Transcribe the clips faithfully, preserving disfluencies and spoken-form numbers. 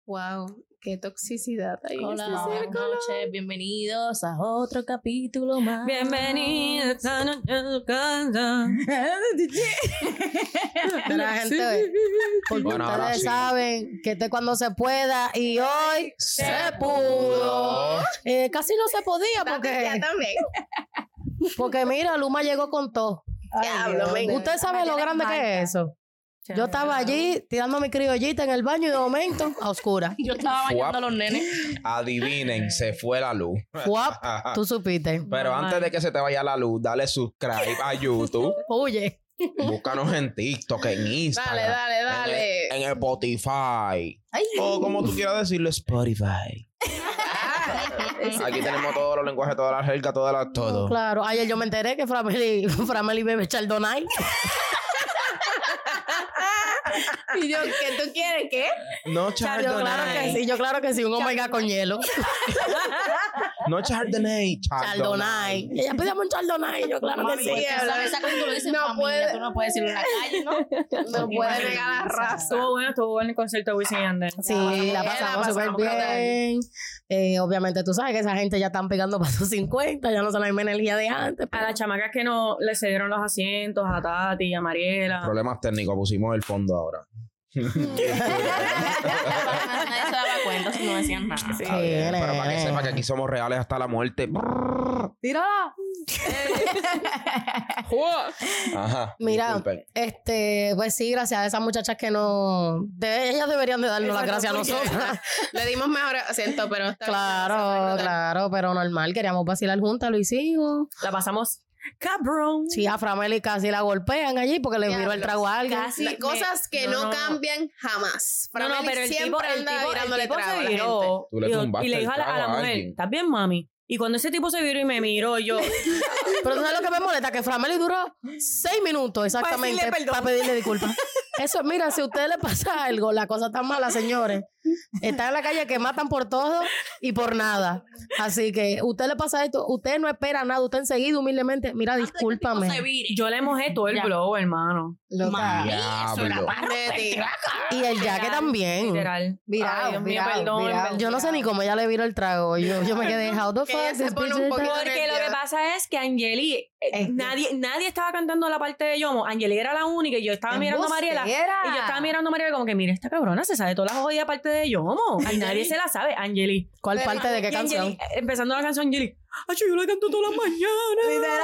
Wow, qué toxicidad hay en Hola, este buenas círculo. noches, bienvenidos a otro capítulo más. Bienvenidos a nuestra casa. De la gente, porque Bueno, ahora ustedes sí. saben que este cuando se pueda y hoy se pudo. Eh, casi no se podía Ya porque, también. porque mira, Luma llegó con todo. Diablo, men. Usted sabe lo grande que es eso. Yo estaba allí tirando mi criollita en el baño y de momento a oscura. Yo estaba bañando a los nenes. Adivinen, se fue la luz. Fuap, tú supiste. Pero antes de que se te vaya la luz, dale subscribe a YouTube. Oye, Búscanos en TikTok, en Instagram. Dale, dale, dale. En, el- en Spotify. O como tú quieras decirlo, Spotify. Aquí tenemos todos los lenguajes, todas las jergas, todas las... Todo. claro. Ayer yo me enteré que Frameli, Frameli bebe Chardonnay. Y yo, ¿qué tú quieres? ¿Qué? No Yo Chardonnay. claro que sí, yo claro que sí, un omega con hielo. No Chardonnay. Chardonnay. Ella pedíamos un Chardonnay, yo claro que sí. Sí, habla- Esa cosa tú lo dices en No familia, puede- tú no puedes decirlo en la calle, ¿no? No puede negar la raza. Estuvo bueno, estuvo bueno el concierto de Wisin y Yandel. Sí, la la pasamos súper pasamos bien. Eh, obviamente tú sabes que esa gente ya están pegando para sus cincuenta, ya no son la misma energía de antes. A las chamacas que no le cedieron los asientos, a Tati, a Mariela. Problemas técnicos, pusimos el fondo ahora. Nadie se daba cuenta si no decían nada. Sí, Está bien, pero para que nene. sepa que aquí somos reales hasta la muerte. ¡Tira! Ajá. Mira, disculpen. este, pues sí, gracias a esas muchachas que no... De, ellas deberían de darnos las Exacto, gracias a porque- nosotras. Le dimos mejor asiento, pero está bien, Claro, vamos a recordar. claro, pero normal, queríamos vacilar juntas, lo hicimos. La pasamos cabrón. Sí, a Frameli casi la golpean allí porque le envió el Diablos, trago a alguien. Casi Me- cosas que no, no, no. cambian jamás. No, no, Frameli pero el siempre tipo, el anda tipo, el virándole tipo trago a se la gente. viró Tú le y, tumbaste y le el dijo a la, a la trago a mujer, alguien. ¿estás bien, mami? Y cuando ese tipo se viró y me miró, yo... Pero tú sabes lo que me molesta, que Frameli duró seis minutos exactamente Para decirle para perdón. pedirle disculpas. Eso, mira, si a usted le pasa algo, la cosa está mala, señores. Están en la calle que matan por todo y por nada. Así que usted le pasa esto, usted no espera nada, usted enseguida humildemente, mira, discúlpame. Yo le mojé todo el Ya. globo, hermano. Loca. Diablo. Neti. Y el jaque también. Literal. Virado, Ay, Dios mío, virado, perdón, virado. perdón. Yo no sé ni cómo ella le viró el trago. Yo, yo me quedé, how the Que fuck ella se this pone bitch un is poquito that? Porque lo que pasa es que Angeli, eh, Es que- nadie, nadie estaba cantando la parte de Yomo. Angeli era la única y yo estaba mirando a Mariela. ¡Embustera! Y yo estaba mirando a Mariela como que, mira, esta cabrona se sabe todas las jodidas partes de Yomo. Y nadie se la sabe. Angeli. ¿Cuál Pero- parte de qué Y canción? Angeli, eh, empezando la canción, Angeli. Ay, yo la canto todas las mañanas.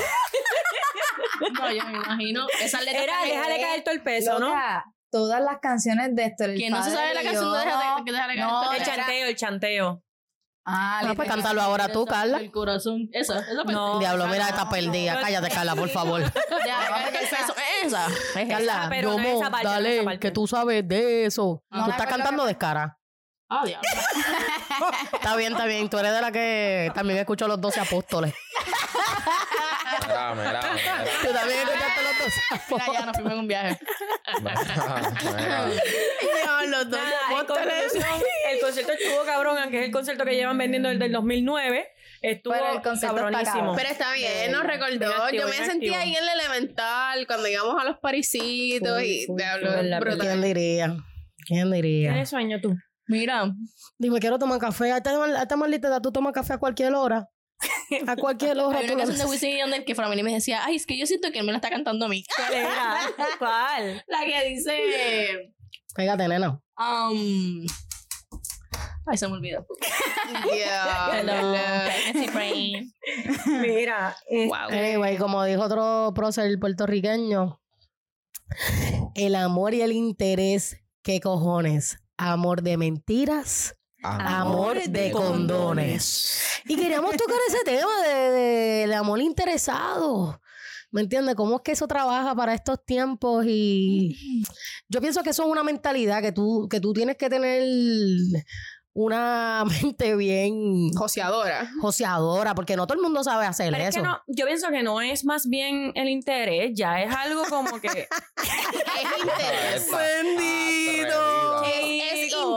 No, yo me imagino. Esa letra Era, tan- déjale caer todo el peso, ¿no? Loca, todas las canciones de Héctor el ¿Quién no se Padre sabe la y canción de yo, Déjale- que déjale caer no, todo el El era- chanteo, el chanteo. Ah, Ah, pues literal. cántalo ahora tú, Carla. El corazón. Esa, esa parte. No. Diablo, mira, está perdida. Cállate, Carla, por favor. Ya, cállate el peso. Esa. Es esa. Carla, pero no Yomo, esa parte, no dale, esa parte. que tú sabes de eso. No, tú me estás acuerdo cantando que- descara. Ah, diablo. Está bien, está bien. Tú eres de la que también escuchó los doce apóstoles. Mira, mira, mira. Tú también escuchaste los doce Mira, apóstoles. ya nos fuimos en un viaje. Mira. Llevan los dos Nada, en apóstoles. conclusión, el concierto estuvo cabrón, aunque es el concierto que llevan vendiendo desde el dos mil nueve. Estuvo Pero el concierto está cabronísimo. cabrón. Pero está bien, nos Bien recordó. activo, Yo me bien sentía activo. ahí en el elemental cuando íbamos a los parisitos Full, y full, diablo, full, verdad, brutal. ¿Quién diría? ¿Quién diría? ¿Tienes sueño tú? Mira, Dime, quiero tomar café. A esta, a esta maldita edad, tú tomas café a cualquier hora. A cualquier hora. hay tú una lo- canción de Wisin y Yandel que Framili me decía, ay, es que yo siento que él me la está cantando a mí. ¿Cuál era? ¿Cuál? La que dice... Pégate, nena. Um... Ay, se me olvidó. Hello, Diablo. pregnancy brain. Mira, eh, Wow. Anyway, como dijo otro prócer puertorriqueño, el amor y el interés, ¿qué cojones? Amor de mentiras, amor de condones. Y queríamos tocar ese tema de, de- del amor interesado. ¿Me entiendes? ¿Cómo es que eso trabaja para estos tiempos? Y yo pienso que eso es una mentalidad que tú, que tú tienes que tener una mente bien Joseadora. joseadora, porque no todo el mundo sabe hacer pero es eso. que no, yo pienso que no es más bien el interés, ya es algo como que... Es interés. Esta Bendito. atrevida. Es Chicos, interés chicos,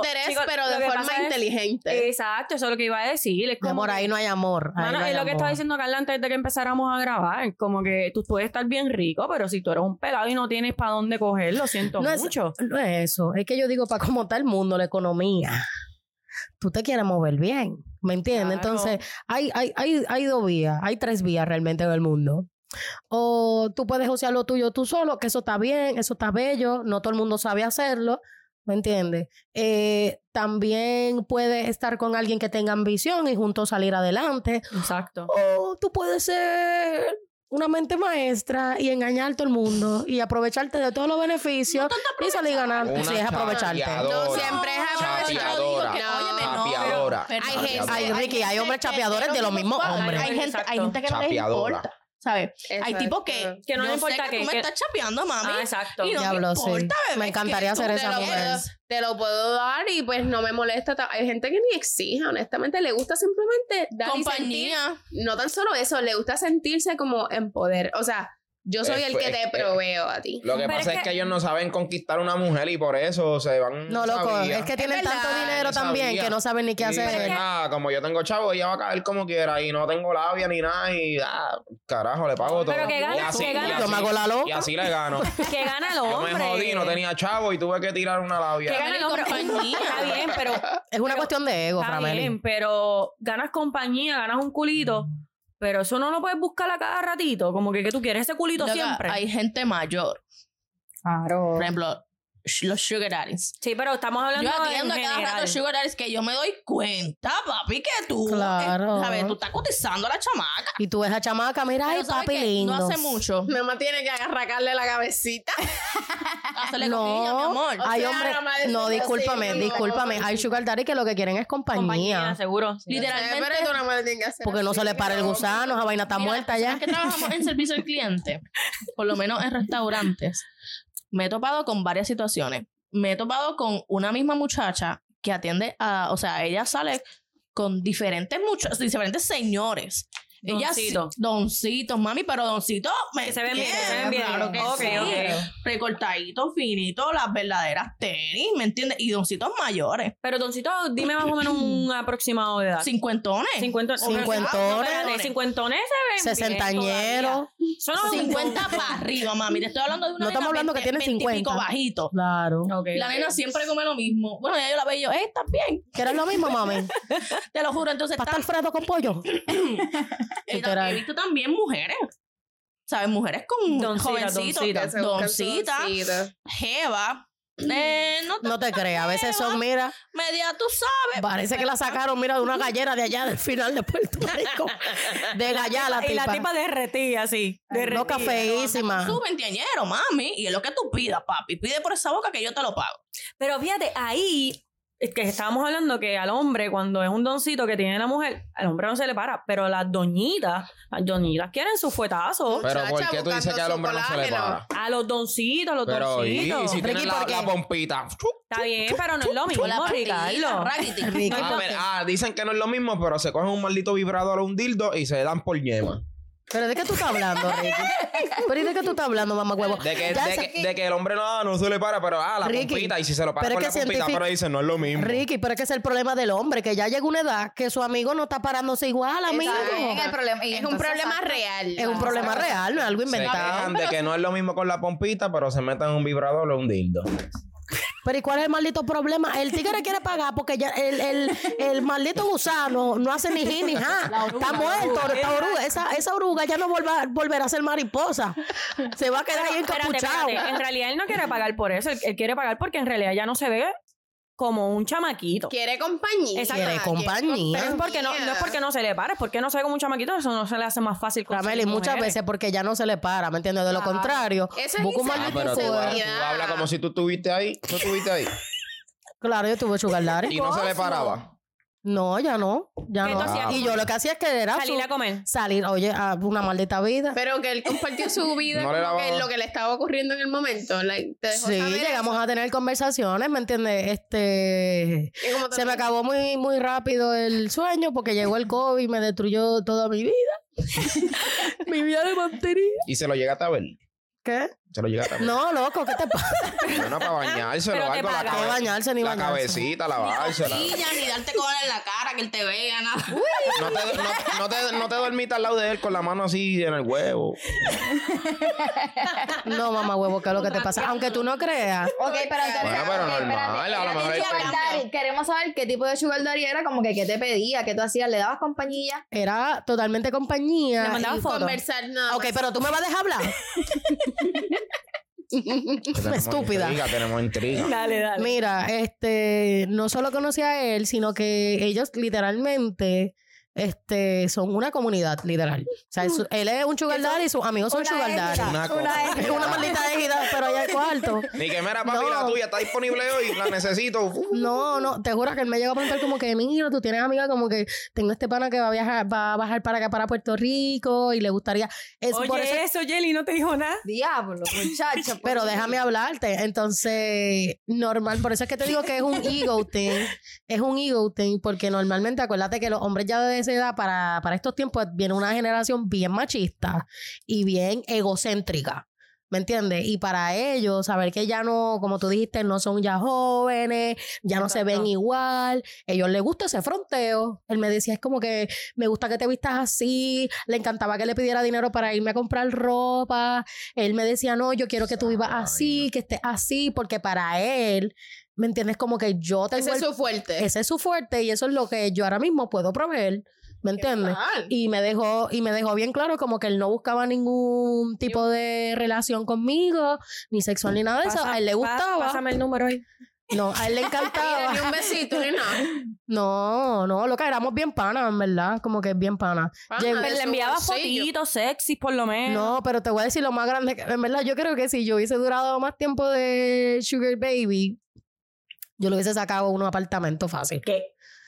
pero lo de que forma pasa es- inteligente. Exacto, eso es lo que iba a decir. Es Mi como amor, que- ahí no hay amor. ahí Mano, no hay es lo que amor. estaba diciendo Carla antes de que empezáramos a grabar. Como que tú puedes estar bien rico, pero si tú eres un pelado y no tienes para dónde coger, lo siento No es- mucho. No es eso. Es que yo digo, para cómo está el mundo, la economía, tú te quieres mover bien. ¿Me entiendes? Claro. Entonces, hay, hay, hay, hay dos vías. Hay tres vías realmente en el mundo. O tú puedes usar lo tuyo tú solo, que eso está bien, eso está bello. No todo el mundo sabe hacerlo. ¿Me entiendes? Eh, también puedes estar con alguien que tenga ambición y juntos salir adelante. Exacto. O tú puedes ser una mente maestra y engañar a todo el mundo y aprovecharte de todos los beneficios y salir ganando. Una Sí, es aprovecharte. chapeadora. No, siempre es aprovechar. Chapeadora. Que, óyeme, no, Chapeadora. pero- Hay gente- Ay, Ricky, hay hombres chapeadores de los mismos hombres. Hay gente, hay gente que no les Chapeadora. importa, ¿sabes? Hay tipos que, Que no yo le importa sé que que- tú me que- estás chapeando, mami. Ah, exacto. Y no Diablo, me sí. importa, bebé, Me encantaría que tú ser te esa lo mujer. puedas- Te lo puedo dar y pues no me molesta. ta- Hay gente que ni exige, honestamente. Le gusta simplemente dar y sentir. Compañía. No tan solo eso, le gusta sentirse como en poder. O sea, yo soy Eh, el pues, que te eh, proveo a ti. Lo que Pero pasa es es que... que- ellos no saben conquistar una mujer y por eso se van. No, loco, sabía. es que tienen verdad, tanto dinero yo también sabía. que no saben ni qué Y hacer. dicen, ah, como yo tengo chavo, ella va a caer como quiera y no tengo labia ni nada y ah, carajo, le pago todo. Pero que gana- Y así- que gana- y Yo así- me hago la loca. Y así le gano. Que gana el Yo hombre. me jodí, no tenía chavo y tuve que tirar una labia. Que gana el hombre. Compañía. Está bien, pero Es una pero- cuestión de ego, está Frameli. bien, pero ganas compañía, ganas un culito. Pero eso no lo puedes buscar a cada ratito. Como que, que tú quieres ese culito Loca, siempre. Hay gente mayor, Claro. por ejemplo, sh- los sugar daddies. Sí, pero estamos hablando Yo en atiendo a cada general. rato sugar daddies que yo me doy cuenta, papi, que tú, Claro. eh, ¿sabes? Tú estás cotizando a la chamaca. Y tú ves a chamaca, mira, ay, Pero ¿sabes papi qué? lindo. No hace mucho. Nada más tiene que arrancarle la cabecita. Hacerle cosquillas, mi No, amor. hay sea, hombres, nada más decirlo no, así, discúlpame, no, discúlpame, no, hay sugar daddy que lo que quieren es compañía, Compañía, seguro. Sí. Literalmente. Pero tú nada más le tienes que hacer porque no así, se le para el no. gusano, esa vaina está Mira, muerta ya. ¿sabes que trabajamos en servicio al cliente? Por lo menos en restaurantes. Me he topado con varias situaciones. Me he topado con una misma muchacha que atiende a, o sea, ella sale con diferentes muchachos, diferentes señores. Ella sí- Doncito. doncitos, mami, pero doncitos me Que se ven bien, que se ven entienden, bien. Claro que Ok, sí. ok. Recortaditos, finitos, las verdaderas tenis, ¿me entiendes? Y doncitos mayores. Pero, Doncito, dime más o menos un aproximado de edad. Cincuentones. Cincuenta- Cincuentones. No, espérate, cincuentones se ven Sesentañeros. bien todavía. Son los cincuenta para arriba, mami. Te estoy hablando de una No estamos nena hablando que tiene veinte, veinte y pico cincuenta. bajito. Claro. Ok, La ok. nena siempre come lo mismo. Bueno, ya yo la veo y yo, eh, estás bien. ¿Quieres lo mismo, mami? Te lo juro. Entonces, ¿Pasta está, Alfredo con pollo? he, literal. he visto también mujeres. ¿Sabes? Mujeres con Doncita, jovencitos. doncita. Que se buscan Doncita, su doncita. jeva. Eh, no, te- No te creas, a veces son, mira, media, tú sabes. parece que la sacaron, mira, de una gallera de allá del final de Puerto Rico. De gallar la Y la tipa. tipa derretía así. Derretía. No, cafeísima. Su veinteañero, mami. Y es lo que tú pidas, papi. Pide por esa boca que yo te lo pago. Pero fíjate, ahí es que estábamos hablando que al hombre, cuando es un doncito que tiene la mujer, al hombre no se le para. Pero las doñitas, las doñitas quieren su fuetazo. Pero ¿por Muchacha, qué tú dices buscando que al su hombre no se le colágeno. para? A los doncitos, a los Pero y, doncitos. si tiene Ricky, la, ¿por qué? la pompita. Está bien, pero no es lo Con mismo, la pastillita, Ricardo. raquiti. Ricky. Ah, pero- ah, dicen que no es lo mismo, pero se cogen un maldito vibrador o un dildo y se dan por yema. ¿Pero de qué tú estás hablando, Ricky? ¿Pero y de qué tú estás hablando, mamá huevo? De que, Ya de, sé- que, de que el hombre no, no se le para, pero ah, la Ricky, pompita. Y si se lo para pero con es la que pompita, científic- pero dicen, no es lo mismo. Ricky, pero es que es el problema del hombre, que ya llega una edad que su amigo no está parándose igual, amigo. Exacto. El problema- y Es un entonces, problema exacto. real. Es un problema real, no es algo Se inventado. quejan de que no es lo mismo con la pompita, pero se meten un vibrador o un dildo. Pero ¿y cuál es el maldito problema? El tigre quiere pagar porque ya el, el, el maldito gusano no hace ni ji ni ja. Está muerto, está oruga. Esa, esa oruga ya no volva- volverá a ser mariposa. Se va a quedar ahí Espérate, encapuchado. espérate. En realidad él no quiere pagar por eso. Él, él quiere pagar porque en realidad ya no se ve como un chamaquito. Quiere compañía. Exacto. Quiere compañía. Pero es porque no, no es porque no se le para, es porque no se ve como un chamaquito, eso no se le hace más fácil conseguir Rameli, muchas mujeres. veces porque ya no se le para, ¿me entiendes? De lo Claro. contrario, Eso es busca un inse- Ah, maldito pero tú, inseguridad. cuerpo. tú hablas como si tú estuviste ahí. ¿Tú estuviste ahí? Claro, yo tuve sugar daddy. Y no se le paraba. No, ya no, ya ¿Qué no. tú hacías? Y yo lo que hacía es que era Salir su- a comer. salir, oye, a una maldita vida. Pero que él compartió su vida No le como daba- que lo que le estaba ocurriendo en el momento. Like, te dejó Sí, saber llegamos eso. a tener conversaciones, ¿me entiendes? Este, Y como se me también- acabó muy, muy rápido el sueño porque llegó el COVID y me destruyó toda mi vida. Mi vida de mantería. Y se lo llegaste a ver. ¿Qué? Se lo llega a también. No, loco, ¿qué te pasa? Bueno, para bañárselo, Pero te algo, la, pagan. cabe- Ni bañarse, ni la bañarse. cabecita, lavársela. Ni ya, ni darte con él en la cara, que él te vea, nada. No te, no, no te, no te dormiste al lado de él con la mano así en el huevo. No, mamá huevo, ¿qué es lo que te pasa? Aunque tú no creas. Ok, pero entonces. Bueno, pero ok, normal, espérate. a lo mejor Era hay sugar daddy. Queremos saber qué tipo de sugar daddy era, como que qué te pedía, qué tú hacías, le dabas compañía. Era totalmente compañía. Le mandaba y- fotos. Conversar nada Ok, más. pero tú me vas a dejar hablar. Tenemos Estúpida. Intriga, tenemos intriga. Dale, dale. Mira, este, no solo conocí a él, sino que ellos literalmente, este, son una comunidad, literal. O sea, su- él es un sugar daddy y sus amigos son Una sugar égida, daddy. Una cosa. Es una maldita égida, pero allá hay cuarto. Ni que mira, papi, No. la tuya está disponible hoy, la necesito. Uf. No, no, te juro que él me llegó a preguntar como que, mira, tú tienes amiga como que tengo este pana que va a viajar, va a bajar para acá, para Puerto Rico y le gustaría... Es Oye, por eso- eso, Jelly, no te dijo nada. Diablo, muchacha. Pero déjame hablarte. Entonces, normal, por eso es que te digo que es un ego thing. Es un ego thing, porque normalmente acuérdate que los hombres ya de esa edad, para, para estos tiempos, viene una generación bien machista y bien egocéntrica. ¿Me entiendes? Y para ellos, saber que ya no, como tú dijiste, no son ya jóvenes, ya no se Exacto. ven igual, ellos les gusta ese fronteo. Él me decía, es como que me gusta que te vistas así, le encantaba que le pidiera dinero para irme a comprar ropa. Él me decía, no, yo quiero que tú vivas así, que estés así, porque para él, ¿me entiendes? Como que yo tengo Ese es el- su fuerte. ese es su fuerte y eso es lo que yo ahora mismo puedo proveer. ¿Me entiendes? Brutal. Y me dejó, y me dejó bien claro como que él no buscaba ningún tipo de relación conmigo, ni sexual ni nada de eso. Pasa- A él le pa- gustaba. Pásame el número ahí. No, a él le Mira, ni encantaba. un besito ni nada. No, no, lo que éramos bien panas, en verdad. Como que es bien pana. Pana Llegó- de Pero le su enviaba bolsillo. fotitos sexys, por lo menos. No, pero te voy a decir lo más grande que, en verdad, yo creo que si yo hubiese durado más tiempo de Sugar Baby, yo le hubiese sacado un apartamento fácil. ¿Qué?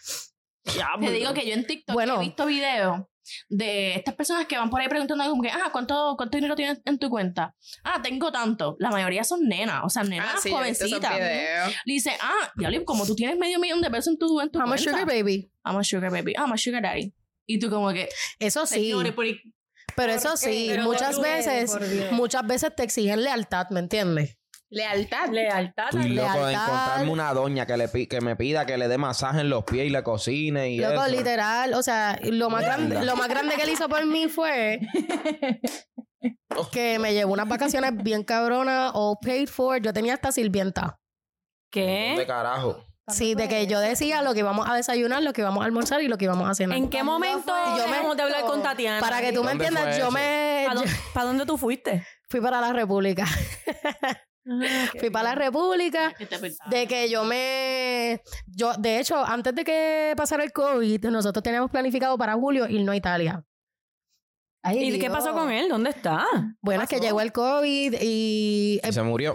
Te digo que yo en TikTok Bueno. he visto videos de estas personas que van por ahí preguntando como que, ah, ¿cuánto, cuánto dinero tienes en tu cuenta? Ah, tengo tanto. La mayoría son nenas, o sea, nenas Ah, sí, yo he visto esos jovencitas. videos. Le dice, ah, diablo, como tú tienes medio millón de pesos en tu, en tu I'm a cuenta. Sugar Baby. I'm a sugar baby. I'm a sugar daddy. Y tú como que, Eso sí. señores, por ahí- Pero eso sí, Pero muchas por Dios, veces, por Dios. muchas veces te exigen lealtad, ¿me entiendes? Lealtad. Lealtad. Estoy loco de Lealtad. encontrarme una doña que, le pi- que me pida que le dé masaje en los pies y le cocine y Loco, eso. literal, o sea, lo más grande, Mierda. lo más grande que él hizo por mí fue que me llevó unas vacaciones bien cabronas, all paid for. Yo tenía hasta sirvienta. ¿De ¿Qué? carajo? Sí, de que yo decía lo que íbamos a desayunar, lo que íbamos a almorzar y lo que íbamos a cenar. ¿En qué momento fue yo me dejamos de hablar con Tatiana? Para que tú me ¿Dónde entiendas, fue yo eso? me ¿Para dónde, pa' dónde tú fuiste? fui para la República. Fui para la República. ¿Qué te pensabas? De que yo me... yo De hecho, antes de que pasara el COVID, nosotros teníamos planificado para julio irnos a Italia. Ay, ¿Y qué Dios. pasó con él? ¿Dónde está? Bueno, es que llegó el COVID y... Y se murió.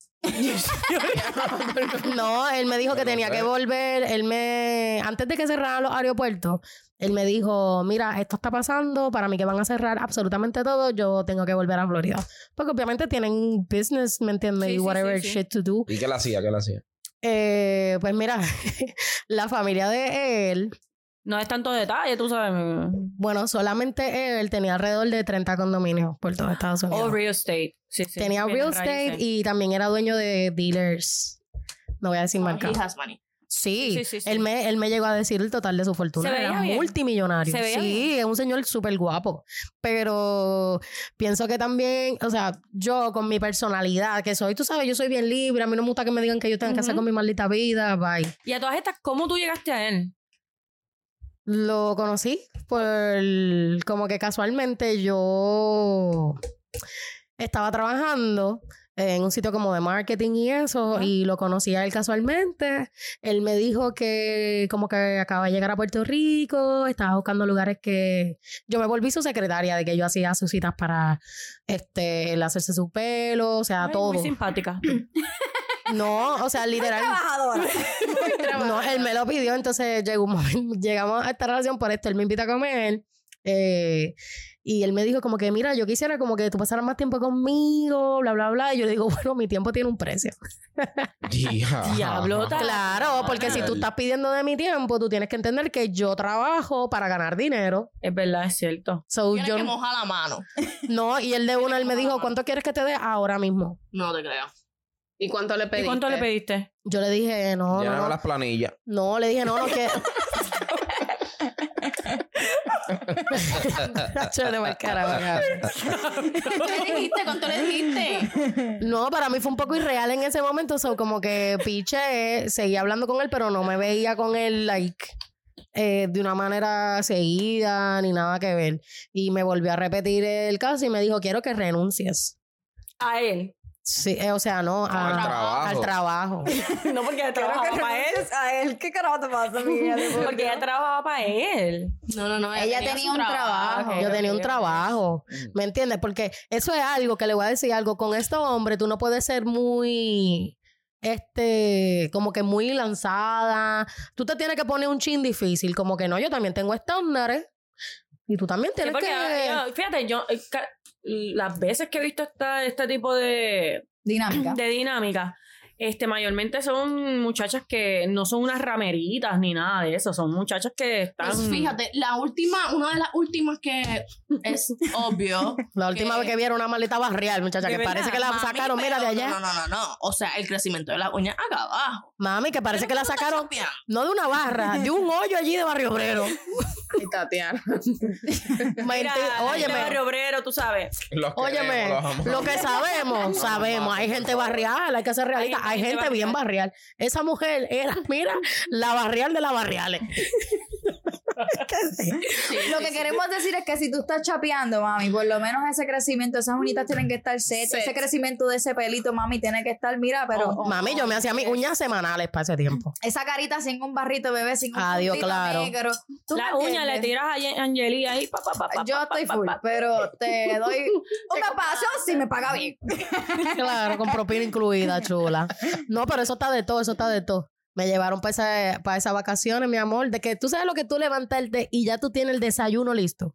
No, él me dijo que Pero tenía no sé. que volver. Él me... Antes de que cerraran los aeropuertos, él me dijo, mira, esto está pasando, para mí que van a cerrar absolutamente todo, yo tengo que volver a Florida. Porque obviamente tienen business, ¿me entiendes? Sí, y sí, whatever sí, sí. shit to do. ¿Y qué le hacía? ¿Qué le hacía? Eh, pues mira, la familia de él, No es tanto detalle, tú sabes. bueno, solamente él tenía alrededor de treinta condominios por todo Estados Unidos. O real estate. Sí, sí. Tenía Bienes real estate raíces. y también era dueño de dealers. No voy a decir marca. He has money. Sí, Sí, sí, sí. Él, me, él me llegó a decir el total de su fortuna. ¿Se veía Era bien? multimillonario. ¿Se veía sí, es un señor súper guapo. Pero pienso que también, o sea, yo con mi personalidad, que soy, tú sabes, yo soy bien libre. A mí no me gusta que me digan que yo tengo que hacer Ujú. con mi maldita vida. Bye. Y a todas estas, ¿cómo tú llegaste a él? Lo conocí por como que casualmente yo estaba trabajando en un sitio como de marketing y eso, y lo conocí a él casualmente. Él me dijo que como que acaba de llegar a Puerto Rico, estaba buscando lugares que... Yo me volví su secretaria, de que yo hacía sus citas para este, él hacerse su pelo, o sea, Ay, todo. Muy simpática. No, o sea, literal... Trabajadora. No, él me lo pidió, entonces llegó un momento, llegamos a esta relación por esto, él me invita a comer eh, Y él me dijo como que, mira, yo quisiera como que tú pasaras más tiempo conmigo, bla, bla, bla. Y yo le digo, bueno, mi tiempo tiene un precio. Diablo, Claro, porque si tú estás pidiendo de mi tiempo, tú tienes que entender que yo trabajo para ganar dinero. Es verdad, es cierto. So, Tienes yo, que mojar la mano. no, y él de una, él me dijo, ¿cuánto quieres que te dé ahora mismo? No te creo. ¿Y cuánto le pediste? ¿Y cuánto le pediste? Yo le dije, no, no, Lléname no. las planillas. No, le dije, no, no, que... Nacho, de mal carajo, cabrón. ¿Qué le dijiste? ¿Cuánto le dijiste? No, para mí fue un poco irreal en ese momento. So, como que piché, seguía hablando con él, pero no me veía con él, like, eh, de una manera seguida, ni nada que ver. Y me volvió a repetir el caso y me dijo, quiero que renuncies. A él. Sí, eh, o sea, no, a- Al trabajo. al trabajo. No, porque ella trabajaba para él. A él, ¿qué carajo te pasa, Miguel? Porque ella trabajaba para él. No, no, no. Ella tenía su un trabajo. Ok, Yo tenía ok, un ok. trabajo, ¿me entiendes? Porque eso es algo que le voy a decir algo. Con este hombre tú no puedes ser muy, este, como que muy lanzada. Tú te tienes que poner un chin difícil. Como que no, yo también tengo estándares. Y tú también Sí, tienes porque que... yo- fíjate, yo eh, ca- las veces que he visto esta, este tipo de, Dinámica. de dinámica, este, mayormente son muchachas que no son unas rameritas ni nada de eso, son muchachas que están... Pues fíjate, la última, una de las últimas que es obvio. La última que- vez que vieron una maleta barrial, muchacha, ¿De que verdad? parece que la Mami, sacaron, mira, de pero allá. No, no, no, no. O sea, el crecimiento de las uñas acá abajo. Mami, que parece que la Pero tú no sacaron, estás chapeando. no de una barra, de un hoyo allí de Barrio Obrero. Y Tatiana. Mira, Menti- óyeme, Óyeme, barrio obrero, tú sabes. Los óyeme, queremos, los amamos. lo que sabemos, sabemos. Hay gente barrial, hay que ser realista. Hay Hay gente gente bien barrial. Esa mujer era, mira, la barrial de las barriales. Lo que queremos decir es que si tú estás chapeando, mami, por lo menos ese crecimiento, esas uñitas tienen que estar set, Set. ese crecimiento de ese pelito, mami, tiene que estar, mira, pero... Oh, mami, yo me hacía mis uñas semanales para ese tiempo. Esa carita sin un barrito, bebé, sin un Adiós, puntito claro. negro. ¿Tú La me uña le entiendes? tiras a Ye- Angeli ahí. Pa, pa, pa, pa, Yo pa, estoy pa, full, pa. pero te doy un espacio si me paga bien. Claro, con propina incluida, chula. No, pero eso está de todo, eso está de todo. Me llevaron para esa, para esas vacaciones, mi amor, de que tú sabes lo que tú levantarte y ya tú tienes el desayuno listo.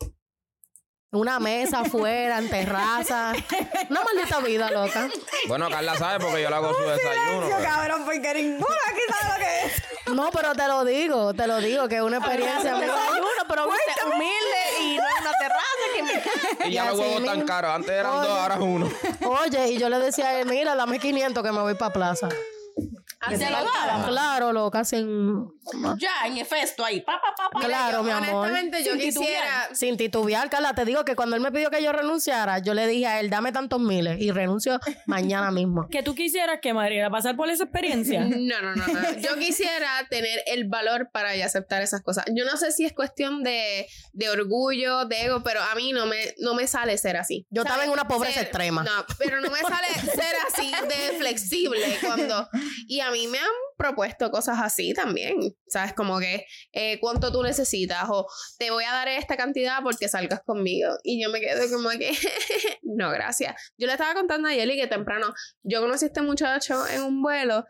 Una mesa afuera, en terraza. Una maldita vida, loca. Bueno, Carla sabe porque yo le hago su desayuno. pero- cabrón, porque ninguno aquí sabe lo que es. No, pero te lo digo, te lo digo, que es una experiencia. muy- Desayuno, pero viste, humilde y no es una terraza que me... Y Y ya los así huevos tan mismo. caros. Antes eran Oye. dos, ahora es uno. Oye, y yo le decía a él, mira, dame quinientos que me voy para plaza. ¿Se lo daban? Claro, loca, sin... Ya, en efecto, ahí. Pa, pa, pa, pa. Claro, mi amor. Honestamente, yo Sin quisiera... Sin titubear, Carla, te digo que cuando él me pidió que yo renunciara, yo le dije a él, dame tantos miles y renuncio mañana mismo. Que tú quisieras que Mariela pasar por esa experiencia. No, no, no, no. Yo quisiera tener el valor para ya aceptar esas cosas. Yo no sé si es cuestión de, de orgullo, de ego, pero a mí no me, no me sale ser así. Yo estaba ¿Sabes? en una pobreza Ser- extrema. No, pero no me sale ser así de flexible cuando... Y a mí me han propuesto cosas así también. ¿Sabes? Como que, eh, ¿cuánto tú necesitas? O te voy a dar esta cantidad porque salgas conmigo. Y yo me quedo como que, no, gracias. Yo le estaba contando a Yeli que temprano, yo conocí a este muchacho en un vuelo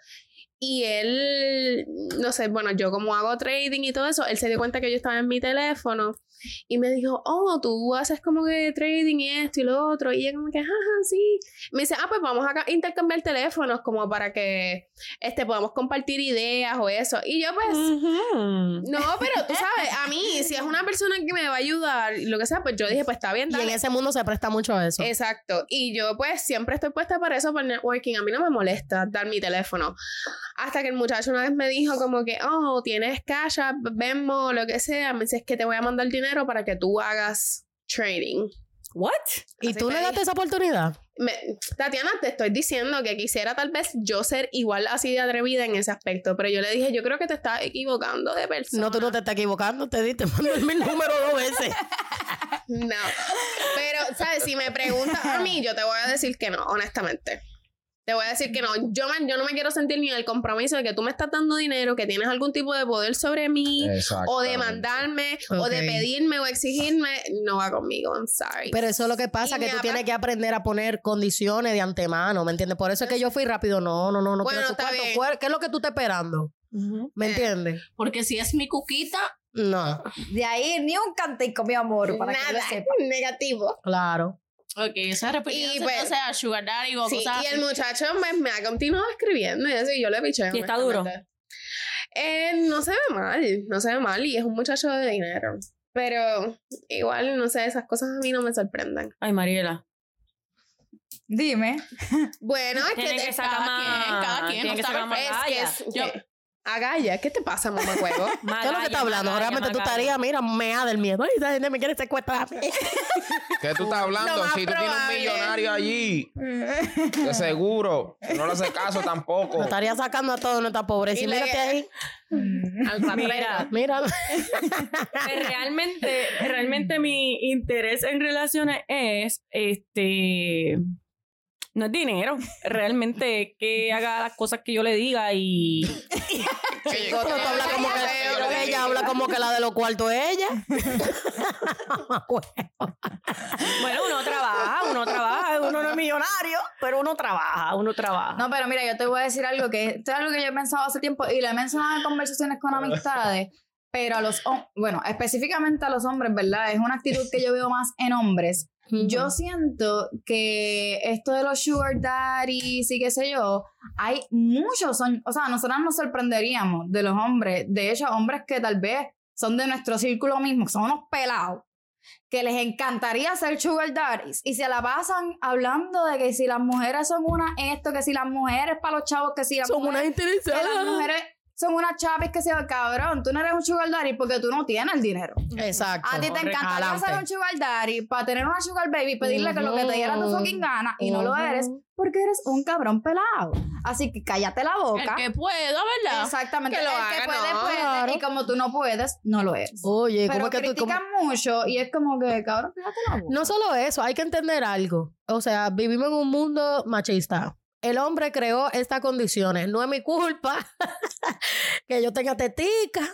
y él, no sé, bueno, yo como hago trading y todo eso, él se dio cuenta que yo estaba en mi teléfono y me dijo, oh, tú haces como que trading y esto y lo otro. Y ella como que, ajá, sí. Me dice, ah, pues vamos a intercambiar teléfonos como para que este, podamos compartir ideas o eso. Y yo pues... Ujú. No, pero tú sabes, a mí, si es una persona que me va a ayudar, y lo que sea, pues yo dije, pues está bien, Y en dale. ese mundo se presta mucho a eso. Exacto. Y yo, pues, siempre estoy puesta para eso, para networking. A mí no me molesta dar mi teléfono. Hasta que el muchacho una vez me dijo como que, oh, tienes Cash App, Venmo, lo que sea. Me dice, es que te voy a mandar dinero para que tú hagas trading. What? ¿Y así tú me le daste esa oportunidad? Me- Tatiana, te estoy diciendo que quisiera tal vez yo ser igual así de atrevida en ese aspecto, pero yo le dije, yo creo que te estás equivocando de persona. No, tú no te estás equivocando, te di, te mandé el mismo número dos veces. No. Pero, ¿sabes? Si me preguntas a mí, yo te voy a decir que no, honestamente. Te voy a decir que no. Yo, me- yo no me quiero sentir ni en el compromiso de que tú me estás dando dinero, que tienes algún tipo de poder sobre mí, o de mandarme, o de Ok. pedirme, o exigirme. No va conmigo, I'm sorry. Pero eso es lo que pasa, Y que me tú apa- tienes que aprender a poner condiciones de antemano, ¿me entiendes? Por eso es que yo fui rápido. No, no, no, no Bueno, quiero tu está cuarto. bien. ¿Cuál- ¿Qué es lo que tú estás esperando? ¿Me Eh. entiendes? Porque si es mi cuquita, No, De ahí ni un cantico, mi amor, para que lo Nada, sepa. negativo. claro. Ok, esa Y repetición pues- entonces a Sugar Daddy o Sí, cosas y el así. muchacho me, me ha continuado escribiendo y eso, y yo le piché. ¿Y está duro? honestamente. Eh, no se ve mal, no se ve mal y es un muchacho de dinero. Pero igual, no sé, esas cosas a mí no me sorprenden. Ay, Mariela. Dime. Bueno, es que, Tienen te- que sacar cada más. quien, cada quien, tienen que no sacar sabe, más es que gallas. es... Yo- ¿qué? Agaya, ¿qué te pasa, mamá huevo? Más ¿Qué es lo que gallas, está hablando? más Realmente tú gallas, más estarías, mira, mea del miedo. Ay, esa gente me quiere secuestrar. ¿Qué tú estás hablando? Lo más Si tú tienes un probable. millonario allí, de seguro, no le hace caso tampoco. Nos estaría sacando a toda nuestra pobreza. Y Y le- mírate ahí. Al rastrero. Mira. Mira. Pues realmente, realmente mi interés en relaciones es, este, no es dinero, realmente que haga las cosas que yo le diga y Chico, Pero tú hablas como que Yo lo dije. ella habla como que la de los cuartos es ella. bueno, uno trabaja, uno trabaja, uno no es millonario, pero uno trabaja, uno trabaja. No, pero mira, yo te voy a decir algo que esto es algo que yo he pensado hace tiempo y lo he mencionado en conversaciones con amistades, pero a los hom- bueno, específicamente a los hombres, ¿verdad? Es una actitud que yo veo más en hombres. Yo siento que esto de los sugar daddies y qué sé yo, hay muchos, son, o sea, nosotras nos sorprenderíamos de los hombres, de hecho, hombres que tal vez son de nuestro círculo mismo, que son unos pelados, que les encantaría ser sugar daddies y se la pasan hablando de que si las mujeres son una esto, que si las mujeres para los chavos, que si las Son unas mujeres, que las interesadas. mujeres son unas chapis, que sea cabrón, tú no eres un sugar daddy porque tú no tienes el dinero. Exacto. A ti te encantaría Adelante. ser un sugar daddy para tener una sugar baby y pedirle que lo que te diera tu fucking gana y no lo Ujú. eres porque eres un cabrón pelado. Así que cállate la El boca. que pueda, ¿verdad? Exactamente. Que lo el haga, que puede, no. puede. Claro. Y como tú no puedes, no lo eres. Oye, ¿cómo Pero es que tú...? cómo- critican mucho y es como que, cabrón, cállate la boca. No solo eso, hay que entender algo. O sea, vivimos en un mundo machista. El hombre creó estas condiciones. No es mi culpa que yo tenga tetica,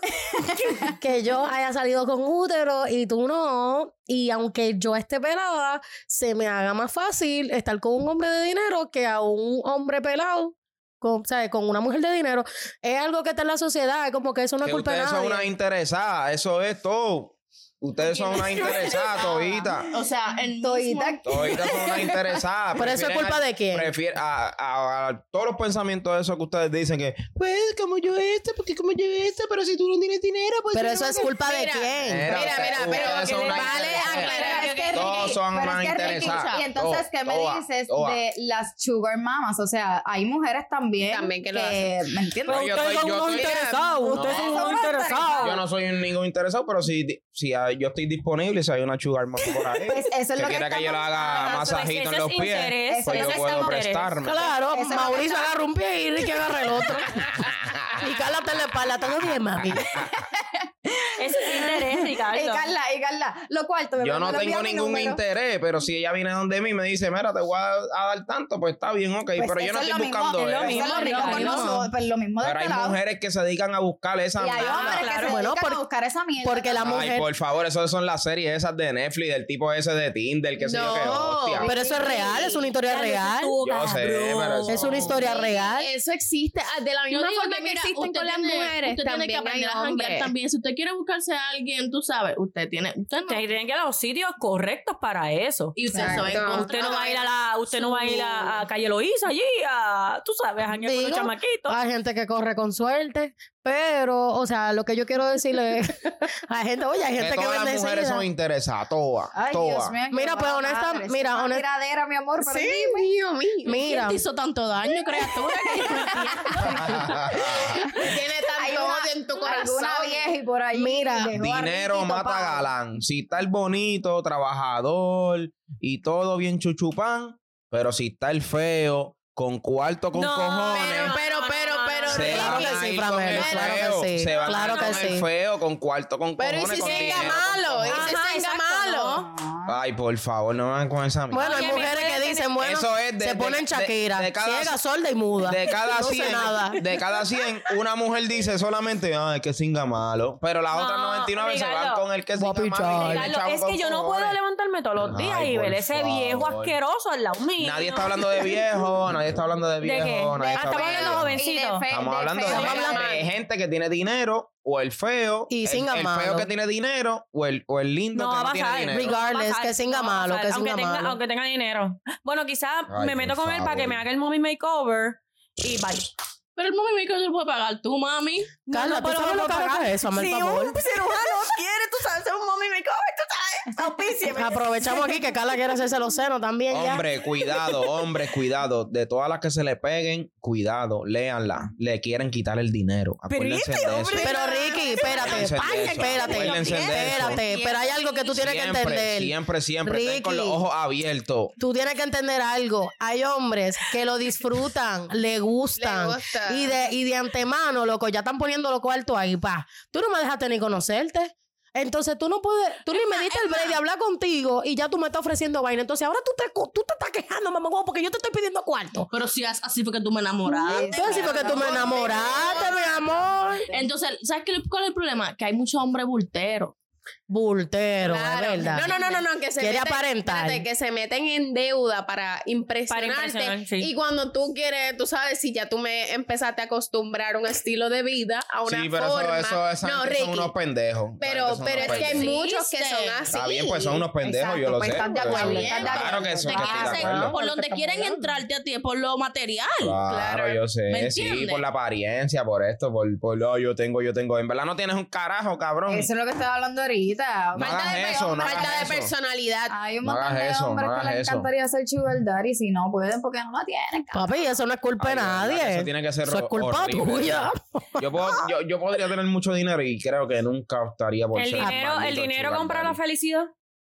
que yo haya salido con útero y tú no. Y aunque yo esté pelada, se me haga más fácil estar con un hombre de dinero que a un hombre pelado. Con, ¿sabes? Con una mujer de dinero. Es algo que está en la sociedad. Es como que eso no es Que culpa de ustedes nadie. son unas interesadas, eso es todo. Ustedes son unas interesadas, todita. O sea, el Todita. mismo... Toditas son unas interesadas. ¿Pero eso es Prefieren culpa al- de quién? prefieren a, a- a todos los pensamientos de eso que ustedes dicen que, pues, como yo esto, porque como yo esto, pero si tú no tienes dinero, pues... Pero tú eso no es vas a- culpa de Mira, quién. Mira, Mira, ustedes- mira, pero ustedes que son le unas vale interesadas. aclarar Pero es que, Todos Ricky, son pero unas es que, Ricky, interesadas. y entonces, Todas, ¿qué me todas, dices todas. de las sugar mamas? O sea, hay mujeres también, También que lo ¿me entiendes? Pero yo ustedes estoy- son yo unos estoy- interesados, No. ustedes son Son unos unos interesados. Yo no soy un- ningún interesado, pero si, si ah, yo estoy disponible, si hay una sugar mama por ahí, Pues eso es que lo que quiera que yo le estamos- haga Ah, masajito eso en es los pies, interés, pues eso yo es puedo interés. prestarme. Claro, Eso es lo que Mauricio está- agarra un pie y Ricky agarra el otro. Y Carla te la espalda. ¿Todo bien, mami? Eso es interés, Ricardo. Y Carla, y Carla, lo cuarto. me Yo no me lo envía tengo mi ningún número. interés, pero si ella viene donde mí y me dice, mira, te voy a, a dar tanto, pues está bien, ok. Pues pero yo eso no es estoy lo mismo, buscando es lo eso. mismo, Eso es lo mismo con Ricardo. nosotros, pues lo mismo de Pero hay este lado. mujeres que se dedican a buscar esa Y hay mierda. hombres que claro. se Bueno, dedican por- a buscar esa mierda. porque la Ay, mujer- por favor, eso son las series esas de Netflix, del tipo ese de Tinder, que sé yo qué No, hostia. Pero eso es real, es una historia Carlos, eso real. estuvo Yo sé, cabrón. pero eso- Es una historia real. Eso existe. Ah, De la Yo misma digo forma que, que mira, existen usted con las tiene- mujeres, usted tiene que también hay aprender a janguear hombres. también. Si usted quiere buscarse a alguien, tú sabes, usted tiene... Usted no... Ustedes tienen que ir a los sitios correctos para eso. Y usted Exacto. se va a encontrar... Usted no va a ir a la, usted no va a ir a, a Calle Loíza allí, a, tú sabes, a janguear con los Digo, chamaquitos. Hay gente que corre con suerte, pero, o sea, lo que yo quiero decirle hay gente, oye, hay gente que que, todas vende las mujeres enseguida. son interesadas, todas, Ay, todas. Dios mío. qué Mira, pues, mala honesta- madre. mira, Es una honest- tiradera, mi amor, pero Sí, dime. mío, mío. Mira, ¿Quién te hizo tanto daño, criatura? Que yo no entiendo. Tiene Hay tanto una- odio en tu corazón. Alguna vieja y por ahí. Mira, dejó a Dinero Ricky mata topado. galán. Si está el bonito, trabajador y todo bien chuchupán, pero si está el feo, con cuarto, con No, cojones. Pero, pero, pero, pero, se claro van que a sí, ir con Framel, el claro que feo. sí, Se van claro a ir que con el sí. feo, con cuarto, con Pero ¿y cojones. si con se dinero, venga con malo? ¿Y cojones. si se venga malo? Ay, por favor, no me van con esa mierda. bueno, hay Oye, mujeres mi que mujer dicen, bueno, Eso es de- se de- ponen de- Shakira, de cada- ciega, sorda y muda. De cada No sé cien, nada. de cada cien, una mujer dice solamente, ay, que singa malo. Pero las No, otras noventa y nueve se van Ricardo. con el que Voy a singa malo. pichar. y el Ricardo, chavo es con que yo no cojones. puedo levantarme todos los días Ay, y ver por ese viejo favor. asqueroso al lado mío. Nadie está hablando de viejo, nadie está hablando de ¿De viejo. qué? nadie Ah, está estamos hablando de viejo. jovencito. Y de fe- Estamos de hablando de, feo. Estamos gente- hablando- de gente que tiene dinero o el feo, Y el, singa el malo. feo que tiene dinero, o el, o el lindo No que va no a tiene pasar. dinero. Regardless, No va a pasar, que singa no va a malo, pasar. que aunque singa tenga, malo. Aunque tenga dinero. Bueno, quizás Ay, me meto por con él para que favor. me haga el mommy makeover y bye. Pero el mami makeover lo puede pagar tú, mami. Carla, ¿tú pero sabes lo que caro paga que- eso? Hazme el si favor. un cirujano quiere, tú sabes, hacer un mommy makeover, tú sabes, auspíciame. Aprovechamos aquí que Carla quiere hacerse los senos también ya. Hombre, cuidado, hombre, cuidado. De todas las que se le peguen, cuidado, léanla. Le quieren quitar el dinero. Acuérdense de eso. Pero Ricky, espérate, Acuérdense de eso, espérate, acuérdense de eso. espérate, pero hay algo que tú tienes que Siempre, entender. Siempre, siempre. Estén con los Ricky. ojos abiertos. Tú tienes que entender algo. Hay hombres que lo disfrutan, le gustan. Le gusta. Y de, y de antemano, loco, ya están poniendo los cuartos ahí, pa. Tú no me dejaste ni conocerte. Entonces tú no puedes, tú ni me diste el break de hablar contigo y ya tú me estás ofreciendo vaina. Entonces ahora tú te, tú te estás quejando, mamá, porque yo te estoy pidiendo cuarto. Pero si as- así fue que tú me enamoraste. Entonces, porque tú me enamoraste, mi amor. Entonces, ¿sabes qué, cuál es el problema? Que hay muchos hombres bulteros. Bultero, Claro. es verdad. No, no, no, no, no, que se Quiere meten, aparentar. espérate, que se meten en deuda para impresionarte. Para impresionar, sí. Y cuando tú quieres, tú sabes, si ya tú me empezaste a acostumbrar a un estilo de vida, a una Sí, pero forma. eso, eso esa no, gente son Ricky, unos pendejos. Esa pero, gente son pero unos es que hay pendejos. muchos que son así. Está bien, pues son unos pendejos, yo Exacto, lo pues sé. estás de pero- acuerdo, bien, estás de Claro acuerdo. que eso, Te que quieren estoy de hacer- acuerdo. por donde quieren entrarte a ti es por lo material. Claro, Claro. yo ¿Me sé, sí, entiendes? por la apariencia, por esto, por, por oh, yo tengo, yo tengo. En verdad no tienes un carajo, cabrón. Eso es lo que estaba hablando ahorita. No Falta hagas de, eso, no falta hagas de eso. personalidad. Hay un No montón hagas de eso, hombres no que hagas les eso. encantaría ser sugar daddy si no pueden porque no la tienen. cabrón. Papi, eso no es culpa de Ay, de verdad que nadie. Eso tiene que ser Eso es culpa horrible. tuya. Yo, puedo, yo, yo podría tener mucho dinero y creo que nunca optaría por El ser dinero, el maldito dinero sugar compra la daddy. felicidad.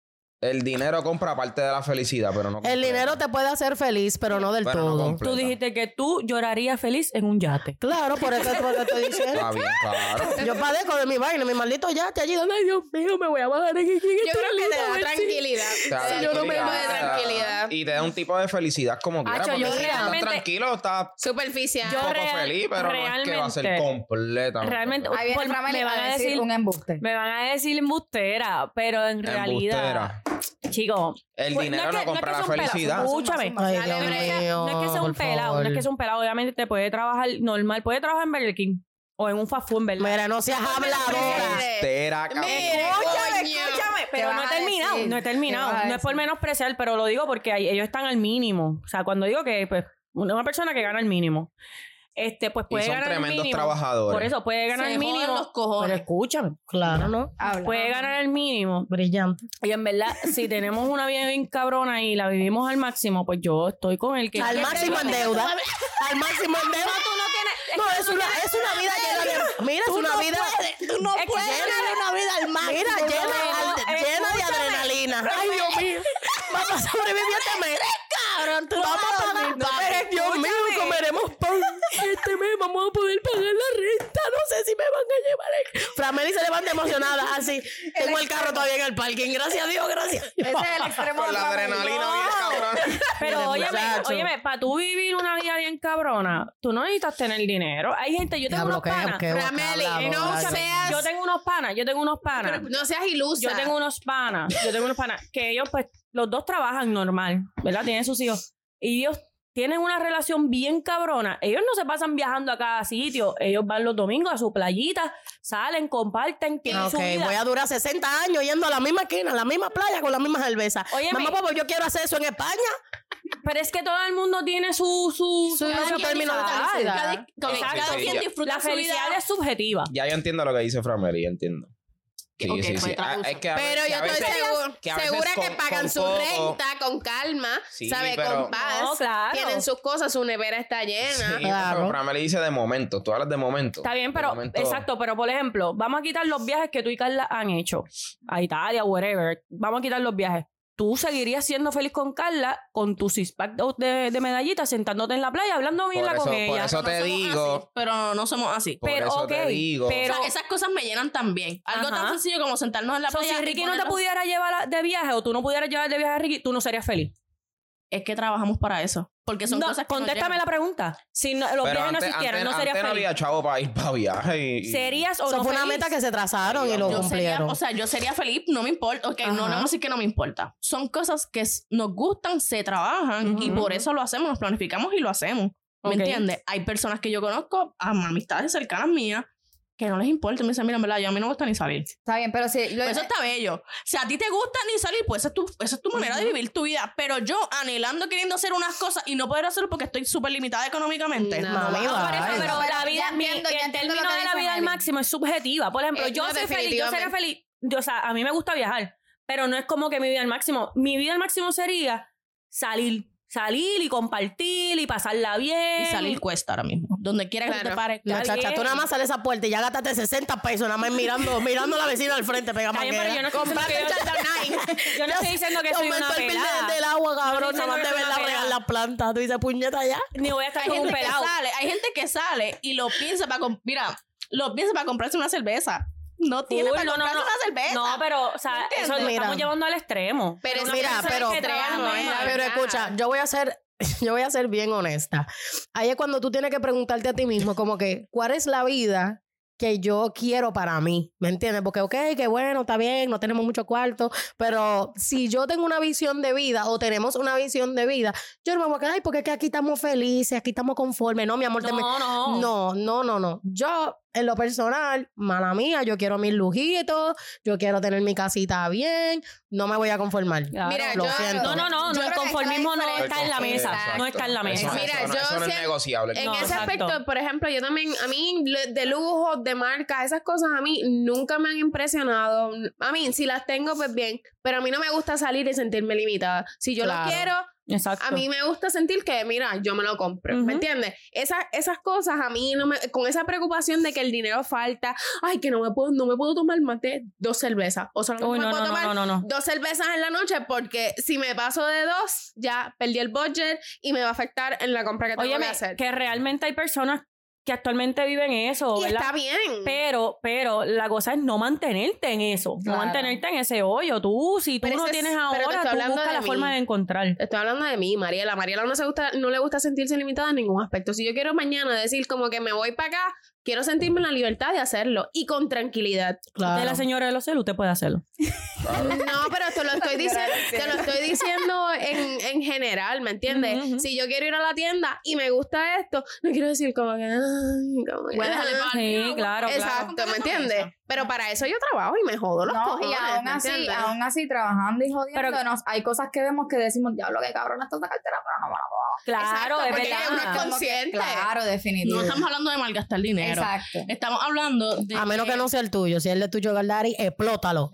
El dinero compra parte de la felicidad, pero no El completa. dinero te puede hacer feliz, pero no del Pero no todo. completa. Tú dijiste que tú llorarías feliz en un yate. Claro, por eso es lo que estoy diciendo. Está bien, claro. Yo padezco de mi vaina, mi maldito yate allí donde, ay, Dios mío, me voy a bajar en aquí. Yo creo que te da tranquilidad. Te da Sí, yo no me tranquilidad, doy de te da- tranquilidad. Y te da un tipo de felicidad como quiera. Acho, Porque yo si estás realmente- tranquilo, estás Superficial. Yo poco real- feliz, pero no es que va a ser realmente- completamente. realmente- Ahí viene Por- Framel me a van a decir decir- un embuste. Me van a decir embustera, pero en realidad, Embustera. chico, El pues, dinero es no que- compra es que la sea un pelado. felicidad. Escúchame. Ay, Dale, Dios No es, que, mío, no es que sea un por pelado, favor. no es que sea un pelado. Obviamente te puede trabajar normal, puede trabajar en Burger King o en un fast food, ¿verdad? Mira, no seas habladora. Embustera, cabrón. Mira, Escúchame, coño. escúchame, pero ¿Qué no he vas a terminado, decir? no he ¿Qué terminado. vas a No es por decir? menospreciar, pero lo digo porque ahí- ellos están al mínimo. O sea, cuando digo que pues una persona que gana el mínimo, este, pues Y puede son ganar el tremendos mínimo. trabajadores. Por eso puede ganar Se el joden mínimo. los cojones. Pero escúchame, Claro, ¿no? Habla. puede ganar el mínimo. Brillante. Y en verdad, si tenemos una vida bien cabrona y la vivimos al máximo, pues yo estoy con el que... Al que máximo en tenga- deuda. Al máximo en deuda. No, es una, es una vida llena de. Mira, es una vida. Tú no Es que puedes llena vivir una vida al máximo. Mira, llena, no, llena de escúchame. adrenalina. Ay, Dios mío. Vamos a sobrevivir este mes. Cabrón, tú no Vamos vas a a pagar. dormir, No, papi. pero Dios mío, comeremos pan. Este mes vamos a poder pagar la renta. No sé si me van a llevar. El... Frameli se levanta emocionada. Así. Tengo el carro todavía en el parking. Gracias a Dios, gracias. Ese es el extremo. Con la de Framel. adrenalina No. bien cabrón. Pero Mira, óyeme, muchacho. óyeme, para tú vivir una vida bien cabrona, tú no necesitas tener dinero. Hay gente, yo tengo Diablo, unos qué, panas. qué boca Frameli, habladora. no Escúchame, seas- yo tengo unos panas, yo tengo unos panas. No seas ilusa. Yo tengo unos panas, yo tengo unos panas que ellos, pues, los dos trabajan normal, ¿verdad? Tienen sus hijos. Y ellos tienen una relación bien cabrona. Ellos no se pasan viajando a cada sitio. Ellos van los domingos a su playita, salen, comparten, tienen Ok, su vida. voy a durar sesenta años yendo a la misma esquina, a la misma playa con la misma cerveza. Óyeme. Mamá, papá, yo quiero hacer eso en España. Pero es que todo el mundo tiene su... su, Su- propio su término de felicidad. felicidad. Cada, cada- Sí, cada sí, quien ya. disfruta La su felicidad vida. es subjetiva. Ya yo entiendo lo que dice Frameri, entiendo. Sí, Ok, sí, pues sí. Ah, traduce. es que a Pero ve- que yo a estoy veces- segura, que a veces segura que con- pagan con su poco- renta con calma, Sí, ¿sabes? pero- Con paz. No, claro. Tienen sus cosas, su nevera está llena. Sí, Claro. pero Frameri dice de momento. Tú hablas de momento. Está bien, De pero momento- exacto, pero por ejemplo, vamos a quitar los viajes que tú y Carla han hecho a Italia, whatever. Vamos a quitar los viajes. Tú seguirías siendo feliz con Carla, con tu six pack de, de medallitas, sentándote en la playa, hablando bien Por con eso- ella. por eso No te somos digo. así, pero no somos así. Por pero, eso ok, te digo. pero- O sea, esas cosas me llenan también. Algo Ajá. tan sencillo como sentarnos en la So, playa. si y Ricky no te ponernos- pudiera llevar a- de viaje o tú no pudieras llevar de viaje a Ricky, tú no serías feliz. Es que trabajamos para eso. Porque son No, cosas que nos contéstame llenan. la pregunta. Si no- los Pero viajes no antes, existieran, antes- ¿no serías antes no feliz? había chavo para ir para viaje. Y, y- ¿Serías o Eso no fue una feliz? meta que se trazaron y lo Yo sería, cumplieron. o sea, yo sería feliz, no me importa. Ok, no, no Ajá. vamos a decir que no me importa. Son cosas que s- nos gustan, se trabajan y Ujú. por eso lo hacemos, nos planificamos y lo hacemos. ¿Me Ok. entiendes? Hay personas que yo conozco, am- amistades cercanas mías, que no les importa. Me dicen, mira, en verdad, yo a mí no me gusta ni salir. Está bien, pero si... Lo, Pues eso está bello. Si a ti te gusta ni salir, pues esa es tu, esa es tu manera uh-huh. de vivir tu vida. Pero yo anhelando, queriendo hacer unas cosas y no poder hacerlo porque estoy súper limitada económicamente. No, no, no, pero, pero, pero la vida, mi, entiendo, el término de la vida al máximo es subjetiva. Por ejemplo, Eh, yo no, soy feliz, yo seré feliz. Yo, o sea, a mí me gusta viajar, pero no es como que mi vida al máximo. Mi vida al máximo sería salir. Salir y compartir y pasarla bien. Y salir cuesta ahora mismo. Donde quiera que Claro. te pares. No, chacha, tú nada más sales a esa puerta y ya gastaste sesenta pesos nada más mirando, mirando a la vecina al frente, pega Está bien, pero yo no estoy diciendo que yo- yo no estoy diciendo que soy una Aumento el bill pelada. de- del agua, cabrón, No estoy nada más de diciendo que verla soy una regar pelada. la planta. Tú dices, puñeta ya. Ni voy a estar Hay con un gente que pelado. sale, hay gente que sale y lo piensa para... Mira, lo piensa para comprarse una cerveza. No tiene Full, para no, no, comprarse no. una cerveza. No, pero, o sea, eso lo Mira. estamos llevando al extremo. Pero Una mira, persona pero- que trabaja no es normal. la Pero verdad. escucha, yo voy a ser, yo voy a ser bien honesta. Ahí es cuando tú tienes que preguntarte a ti mismo, como que, ¿cuál es la vida que yo quiero para mí? ¿Me entiendes? Porque, ok, que bueno, está bien, no tenemos mucho cuarto, pero si yo tengo una visión de vida o tenemos una visión de vida, yo no me voy a quedar, ay, porque es que aquí estamos felices, aquí estamos conformes. No, mi amor, te me- No, no. no, no, no, no. Yo, en lo personal, mala mía, yo quiero mis lujitos, yo quiero tener mi casita bien, no me voy a conformar. Claro. Mira, Lo yo- siento. No, no, no, Yo no, el creo que conformismo no está está en la mesa. Exacto. No está en la mesa. Eso- Mira, eso no- yo eso no es siento- negociable. En No, ese exacto. aspecto, por ejemplo, yo también, a mí, le- de lujos, de marcas, esas cosas a mí nunca me han impresionado. A mí, si las tengo, pues bien, pero a mí no me gusta salir y sentirme limitada. Si yo Claro. lo quiero, Exacto. a mí me gusta sentir que, mira, yo me lo compro, Ujú. ¿me entiendes? Esas, esas cosas a mí, no me, con esa preocupación de que el dinero falta, ay, que no me puedo, no me puedo tomar más de dos cervezas, o solamente Uy, me no, puedo no, tomar no, no, no. dos cervezas en la noche porque si me paso de dos, ya perdí el budget y me va a afectar en la compra que tengo Óyeme, que hacer. que realmente hay personas que actualmente viven eso, Y ¿verdad? está bien. Pero, pero la cosa es no mantenerte en eso, Claro. no mantenerte en ese hoyo. Tú, si tú Pero no ese es- tienes pero te ahora, estoy tú hablando buscas de la mí. forma de encontrar. Estoy hablando de mí, Mariela. Mariela no, se gusta, no le gusta sentirse limitada en ningún aspecto. Si yo quiero mañana decir como que me voy para acá, quiero sentirme en la libertad de hacerlo y con tranquilidad. Usted es la señora de los celos, usted puede hacerlo. No, pero te lo estoy diciendo, te lo estoy diciendo en, en general, ¿me entiendes? Ujú, ujú. Si yo quiero ir a la tienda y me gusta esto, no quiero decir como que... ay, como que, Voy a dejarle ah. para Sí, claro, Exacto, claro. ¿me entiendes? Pero para eso yo trabajo y me jodo los No, cojones, y aún ¿me así, entiendes? aún así, trabajando y jodiéndonos, Pero- hay cosas que vemos que decimos, diablo, que cabrón, esto es una cartera, pero no me la puedo. Claro, Exacto, es porque uno es verdad. consciente. Claro, definitivo. No estamos hablando de malgastar dinero. Exacto. Estamos hablando de... A menos que no sea el tuyo. Si es el de tu sugar daddy, explótalo.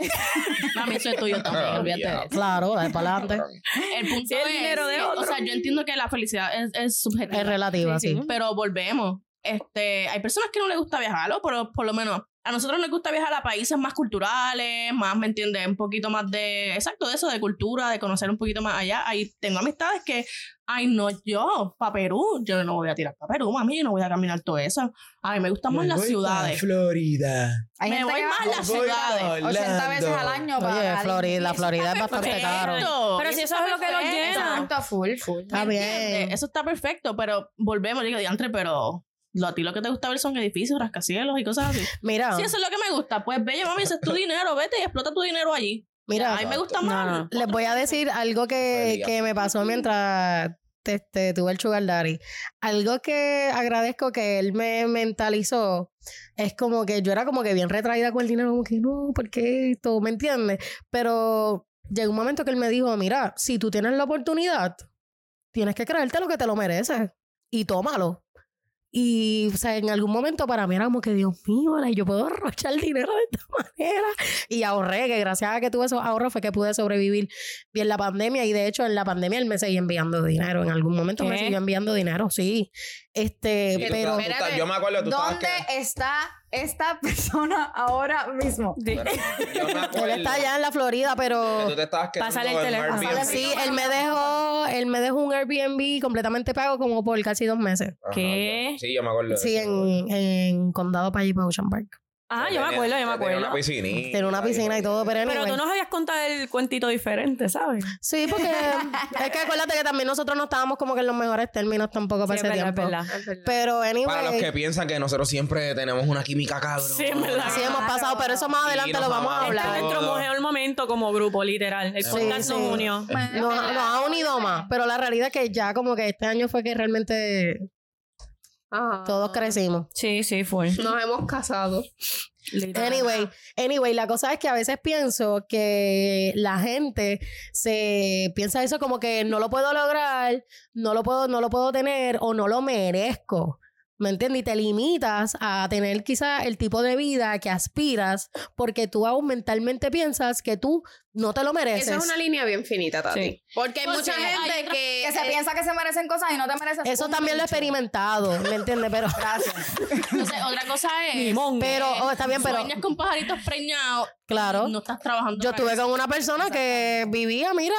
A mí eso es tuyo también, olvídate de eso. Claro, dale para adelante. El punto Si es es... dinero de que, otro. O sea, yo entiendo que la felicidad es, es subjetiva. Es relativa, Sí, sí. sí. Pero volvemos. Este, hay personas que no les gusta viajar, ¿no? Pero por lo menos a nosotros nos gusta viajar a países más culturales, más, ¿me entiendes? Un poquito más de, exacto, de eso, de cultura, de conocer un poquito más allá. Ahí tengo amistades que, ay, no, yo, para Perú, yo no voy a tirar para Perú, mami, yo no voy a caminar todo eso. A mí me gustan más las ciudades. Florida. Hay Me gente voy que más va a las Voy ciudades. a ochenta veces Orlando. al año para Oye, la Florida, la Disney. Florida es bastante Perfecto. caro. Pero si eso es lo que los perfecto. llena. Exacto, full, full. Está ¿Me bien. entiendes? Eso está perfecto, pero volvemos, digo, diantre, pero lo, a ti lo que te gusta ver son edificios, rascacielos y cosas así. Mira, Si eso es lo que me gusta, pues ve, mami, ese es tu dinero, vete y explota tu dinero allí. mira, A mí me gusta No, más. no. les voy a decir algo que, Feliz. que me pasó mientras este, tuve el sugar daddy. Algo que agradezco que él me mentalizó es como que yo era como que bien retraída con el dinero, como que no, ¿por qué esto? ¿Me entiendes? Pero llegó un momento que él me dijo, mira, si tú tienes la oportunidad, tienes que creerte lo que te lo mereces y tómalo. Y, o sea, en algún momento para mí era como que, Dios mío, ¿vale? Yo puedo arrochar dinero de esta manera. Y ahorré, que gracias a que tuve esos ahorros fue que pude sobrevivir bien la pandemia. Y de hecho, en la pandemia él me seguía enviando dinero. En algún momento me ¿Qué? siguió enviando dinero, sí. Este, Sí, tú pero... estás- tú estás- yo me acuerdo, tú estabas ¿Dónde que... está esta persona ahora mismo? Yo me acuerdo Él está allá en la Florida, que pero... tú te estabas quedando Pásale el en teléfono. Airbnb. Sí, él me dejó, él me dejó un Airbnb completamente pago como por casi dos meses. Ajá, ¿Qué? Sí, yo me acuerdo. de Sí, eso. en, en Condado para allí, para Ocean Park. Ah, yo me acuerdo, yo me Tenía acuerdo. una piscinita. Tiene una piscina y todo, pero Pero anyway. tú nos habías contado el cuentito diferente, ¿sabes? Sí, porque es que acuérdate que también nosotros no estábamos como que en los mejores términos tampoco para Sí, ese es verdad, tiempo. es verdad. Pero anyway, Para los que piensan que nosotros siempre tenemos una química cabrón. Sí, es verdad. sí hemos pasado, pero eso más Sí, adelante nos lo vamos a amamos. Este es hablar. nuestro Todo. mejor momento como grupo, literal. El Sí, podcast nos sí. unió. Nos, nos ha unido más, pero la realidad es que ya como que este año fue que realmente Ah. Todos crecimos. Sí, sí, fue. Nos hemos casado. Anyway, anyway, la cosa es que a veces pienso que la gente se piensa eso como que no lo puedo lograr, no lo puedo, no lo puedo tener o no lo merezco. ¿Me entiendes? Y te limitas a tener quizá el tipo de vida que aspiras porque tú aún mentalmente piensas que tú no te lo mereces. Esa es una línea bien finita, Tati. Sí. Porque hay Porque mucha hay gente otra- que... Que se eh, piensa que se merecen cosas y no te mereces. Eso un también lo he bicho. experimentado, ¿me entiendes? Pero, Gracias. Entonces, otra cosa es... pero oh, está bien, pero Sueñas con pajaritos preñados. claro. No estás trabajando. Yo para estuve eso. con una persona que vivía, mira,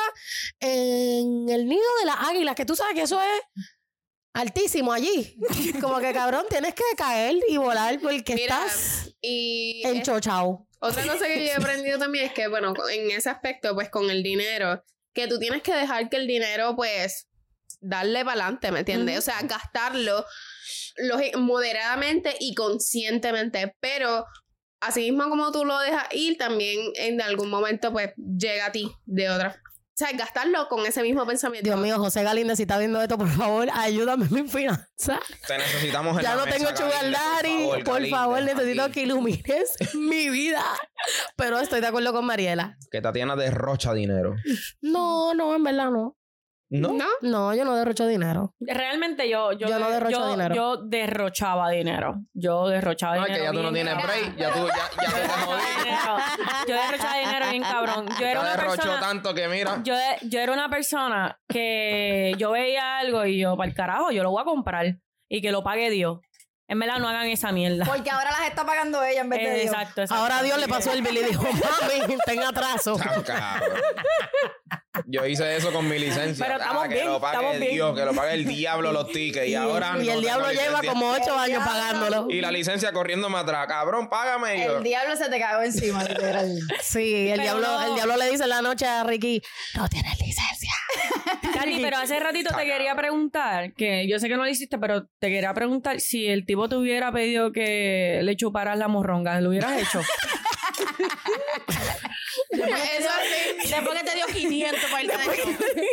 en el nido de las águilas, que tú sabes que eso es altísimo allí. Como que cabrón, tienes que caer y volar porque Mira, estás y en es- chochao. otra cosa que yo he aprendido también es que, bueno, en ese aspecto, pues con el dinero, que tú tienes que dejar que el dinero, pues, darle para adelante, ¿me entiendes? O sea, gastarlo logi- moderadamente y conscientemente, pero así mismo como tú lo dejas ir, también en algún momento, pues, llega a ti de otra. O sea, gastarlo con ese mismo pensamiento. Dios mío, José Galíndez, si está viendo esto, por favor, ayúdame en mi finanza. Te necesitamos en Ya la no mesa, tengo sugar Galíndez, daddy. Por Galíndez, favor, necesito aquí. que ilumines mi vida. Pero estoy de acuerdo con Mariela. Que Tatiana derrocha dinero. No, no, en verdad no. ¿No? ¿No? No, yo no derrocho dinero. Realmente yo, yo, Yo no derrocho yo- dinero. Yo derrochaba dinero. Yo derrochaba No, es dinero. que ya tú no bien tienes cabrón. break. Ya tú, ya, ya tú te jodiste. Yo derrochaba dinero bien cabrón. Yo era Te una derrochó persona. tanto que mira. Yo, yo era una persona que yo veía algo y yo, para el carajo, yo lo voy a comprar y que lo pague Dios. En verdad, no hagan esa mierda. Porque ahora las está pagando ella en vez de Eh, Dios. exacto, exacto. Ahora Dios le pasó el bill y dijo, mami, ten atraso. Ah, cabrón. Yo hice eso con mi licencia. Pero estamos Ah, que bien, lo pague estamos bien. Dios, que lo pague el diablo los tickets. Y, ahora. Y no el diablo tengo lleva licencia. como ocho El años diablo- pagándolo. Y la licencia corriéndome atrás. Cabrón, págame. Y yo, El diablo se te cagó encima, literal. Sí, el Pero diablo, no. el diablo le dice en la noche a Ricky, no tienes licencia. Katy, pero hace ratito te quería preguntar, que yo sé que no lo hiciste, pero te quería preguntar si el tipo te hubiera pedido que le chuparas la morronga, ¿lo hubieras hecho? Eso sí. Después que te dio quinientos para irte de show.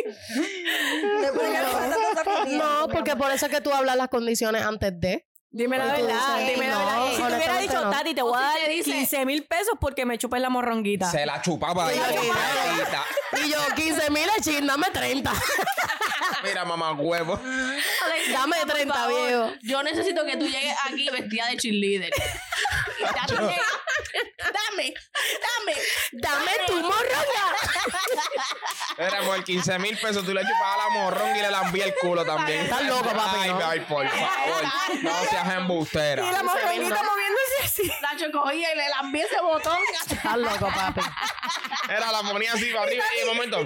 No, porque por eso es que tú hablas las condiciones antes de. Dime la Ay, tú verdad, dices, dime la no, verdad. Y si te hubiera honestamente dicho, no. Tati, te voy O a si dar te dice- quince mil pesos porque me chupes la morronguita. se la chupaba ahí. clarita. Y yo, quince mil echín, dame treinta. Mira, mamá, huevo. Dame Por treinta, favor, viejo. Yo necesito que tú llegues aquí vestida de cheerleader. Ya tú llegas. Dame, dame. Dame tu morronga. Era por quince mil pesos. Tú le chupabas la morrón y le lambía el culo también. Estás loco, papi, Ay, ¿no? ay, por favor. No seas embustera. Y la morronguita moviéndose así. Nacho cogía y le lambí ese botón. Estás loco, papi. Era la ponía así para arriba y de momento.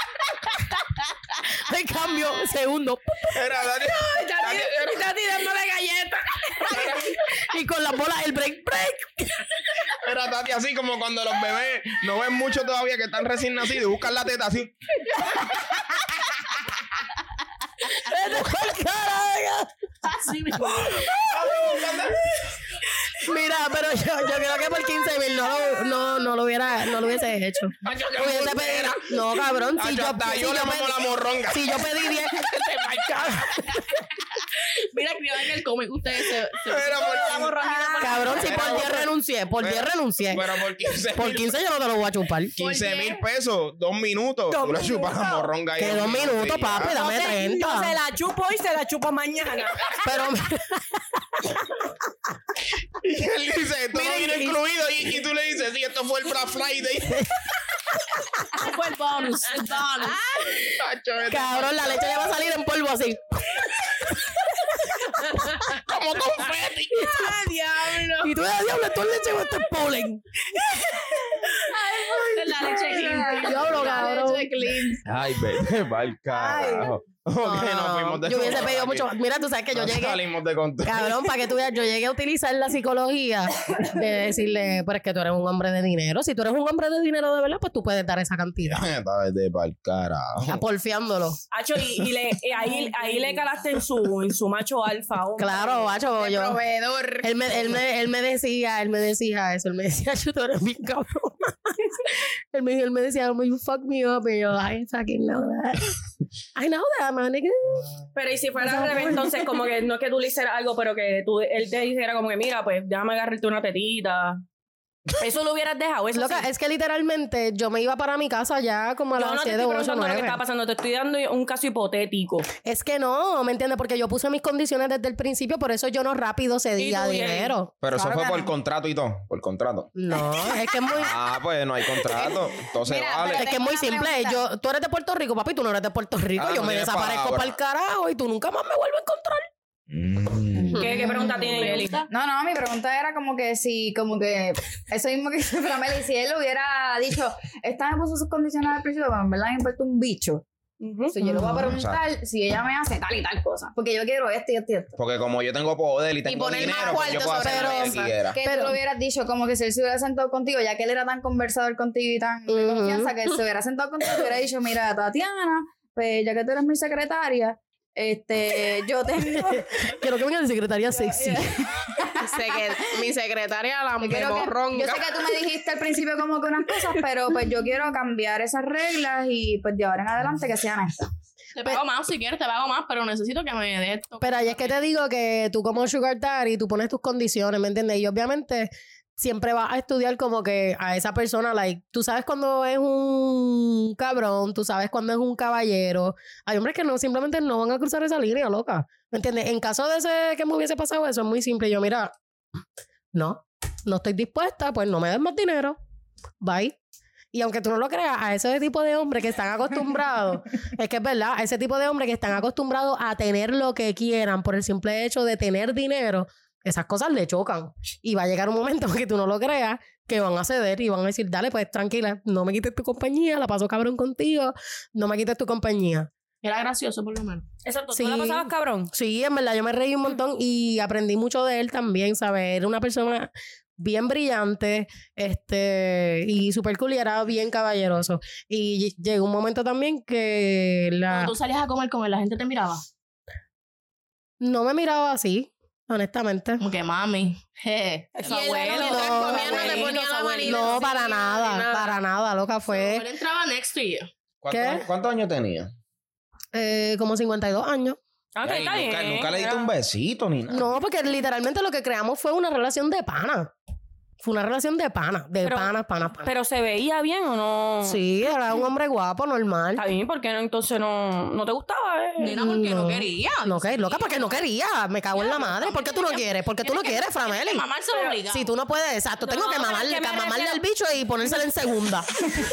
De cambio, segundo. Era Dani. Dani, era- Tati dándole galletas. Y con las bolas, el break, break. Era Tati así como cuando los bebés no ven mucho todavía que están recién nacidos y buscan la teta así. Así mismo. Mira, pero yo, yo creo que por quince mil no, lo- no, no lo hubiera, no lo hubiese hecho. Acho, qué Hubiese embustera. pedido- no, cabrón, si Acho, yo, hasta si yo yo le mamo pedí- la morronga. si yo pedí diez, Mira, escriban en el cómic. Ustedes se. se Era por la morronguita por- cabrón, si por Era diez por- renuncié, por diez renuncié. Pero por quince Por quince yo no te lo voy a chupar. quince mil pesos, dos minutos. Dos Tú le chupas la morronga ahí. Que dos minutos, papi, Ya. dame Yo treinta. se la chupo hoy, se la chupo mañana. Pero Y él dice, esto no Miren, viene y- incluido. Y, y tú le dices, sí, esto fue el Black Friday. Fue el bonus. El bonus. Acho, vete cabrón, la leche ya va a salir en polvo así. como confeti. ¡Ah, diablo! Y tú dices, diablo, esto es leche o esto es polen. La leche clean. Diablo, cabrón. Ay, vete pa'l carajo. Ok, No, nos no, fuimos de yo hubiese control pedido aquí. mucho. Mira, tú sabes que yo Nos llegué. Salimos de control. Cabrón, para que tú veas, yo llegué a utilizar la psicología de decirle, pero es que tú eres un hombre de dinero. Si tú eres un hombre de dinero de verdad, pues tú puedes dar esa cantidad. Vete pa'l carajo. Aporfiándolo. Hacho, y, y le, y ahí, ahí le calaste en su, en su macho alfa. hombre. Claro, macho, yo. Proveedor. Él me, él, me, él me decía, él me decía eso, él me decía, yo tú eres bien cabrón. él, me, él me decía, you fuck me up, y yo, I fucking know that. I know that, man. Pero y si fuera al revés, entonces como que no es que tú le hicieras algo, pero que tú, él te dijera como que mira, pues déjame agarrarte una tetita. Eso lo hubieras dejado, eso Loca, sí. es que literalmente yo me iba para mi casa ya como a Yo las no te siete, estoy ocho, preguntando lo que nueve. está pasando, te estoy dando un caso hipotético. Es que no, ¿me entiendes? Porque yo puse mis condiciones desde el principio, por eso yo no rápido cedía tú, Jay? dinero. Pero eso Claro fue que por no. contrato y todo. Por contrato. No, es que es muy... Ah, pues no hay contrato. Entonces Mira, vale. pero Es que es muy Tengo una simple. pregunta. Yo, tú eres de Puerto Rico, papi, tú no eres de Puerto Rico. Ah, yo no me tienes desaparezco palabra. para el carajo y tú nunca más me vuelves a encontrar. Mm. ¿Qué, qué pregunta tiene Yeli? No, no, mi pregunta era como que si, como que eso mismo que dice Frameli, si él hubiera dicho, esta me puso sus condiciones al principio, pero en verdad me importa un bicho. Ujú. So, yo le voy a preguntar si ella me hace tal y tal cosa. Porque yo quiero esto y esto y esto. Porque como yo tengo poder y tengo poner más dinero, pues yo cuarto puedo hacer sobre lo la que mesa. quiera. Que Pero- tú lo hubieras dicho, como que si él se hubiera sentado contigo, ya que él era tan conversador contigo y tan de Ujú. confianza, que él se hubiera sentado contigo y te hubiera dicho, mira, Tatiana, pues ya que tú eres mi secretaria, este, yo tengo... Quiero que venga de secretaria sexy. Sé que mi secretaria la Yo, quiero que- morronga. yo sé que tú me dijiste al principio como que unas cosas, pero pues yo quiero cambiar esas reglas y pues de ahora en adelante que sean estas. Te pago más si quieres, te pago más, pero necesito que me des esto. Pero ahí es que te digo que tú como sugar daddy, tú pones tus condiciones, ¿me entiendes? Y obviamente siempre vas a estudiar como que a esa persona, like, tú sabes cuando es un cabrón, tú sabes cuando es un caballero. Hay hombres que no, simplemente no van a cruzar esa línea, loca. ¿Me entiendes? En caso de ese que me hubiese pasado eso, es muy simple. Yo, mira, no, no estoy dispuesta, pues no me des más dinero. Bye. Y aunque tú no lo creas, a ese tipo de hombres que están acostumbrados, es que es verdad, a ese tipo de hombres que están acostumbrados a tener lo que quieran por el simple hecho de tener dinero, esas cosas le chocan. Y va a llegar un momento que tú no lo creas, que van a ceder y van a decir, dale, pues tranquila, no me quites tu compañía, la paso cabrón contigo, no me quites tu compañía. Era gracioso, por lo menos. Exacto, Sí. ¿tú la pasabas cabrón? Sí, en verdad, yo me reí un montón y aprendí mucho de él también, ¿sabes? Era una persona bien brillante, este, y súper cool y era bien caballeroso. Y ll- llegó un momento también que la... Cuando tú salías a comer con él, la gente te miraba. no me miraba así, honestamente. Como que mami. Je. Eso Y él abuelo. mientras no, comía no te abuelito, ponía la manita No, así, para ni nada, para nada, loca, fue Él entraba next to you. ¿Cuántos, ¿Qué? años- ¿Cuántos años tenía? eh, como cincuenta y dos años. Ah, ok, Ay, está nunca, bien. nunca le diste un besito ni nada. No, porque literalmente lo que creamos fue una relación de pana. Fue una relación de pana, de Pero- panas, panas, panas. Pero se veía bien o no. Sí, era un hombre guapo, normal. Está bien, porque no, entonces no, no te gustaba, eh. Nena, porque no, No. quería. No, que loca, porque no quería. Me cago en la madre. ¿Por qué tú no quieres? ¿Por qué tú no quieres, Frameli? Mamá se lo obligaba. Si tú no puedes, exacto. Tengo que pero mamarle, es que me que mamarle refiero- al bicho y ponérselo en segunda.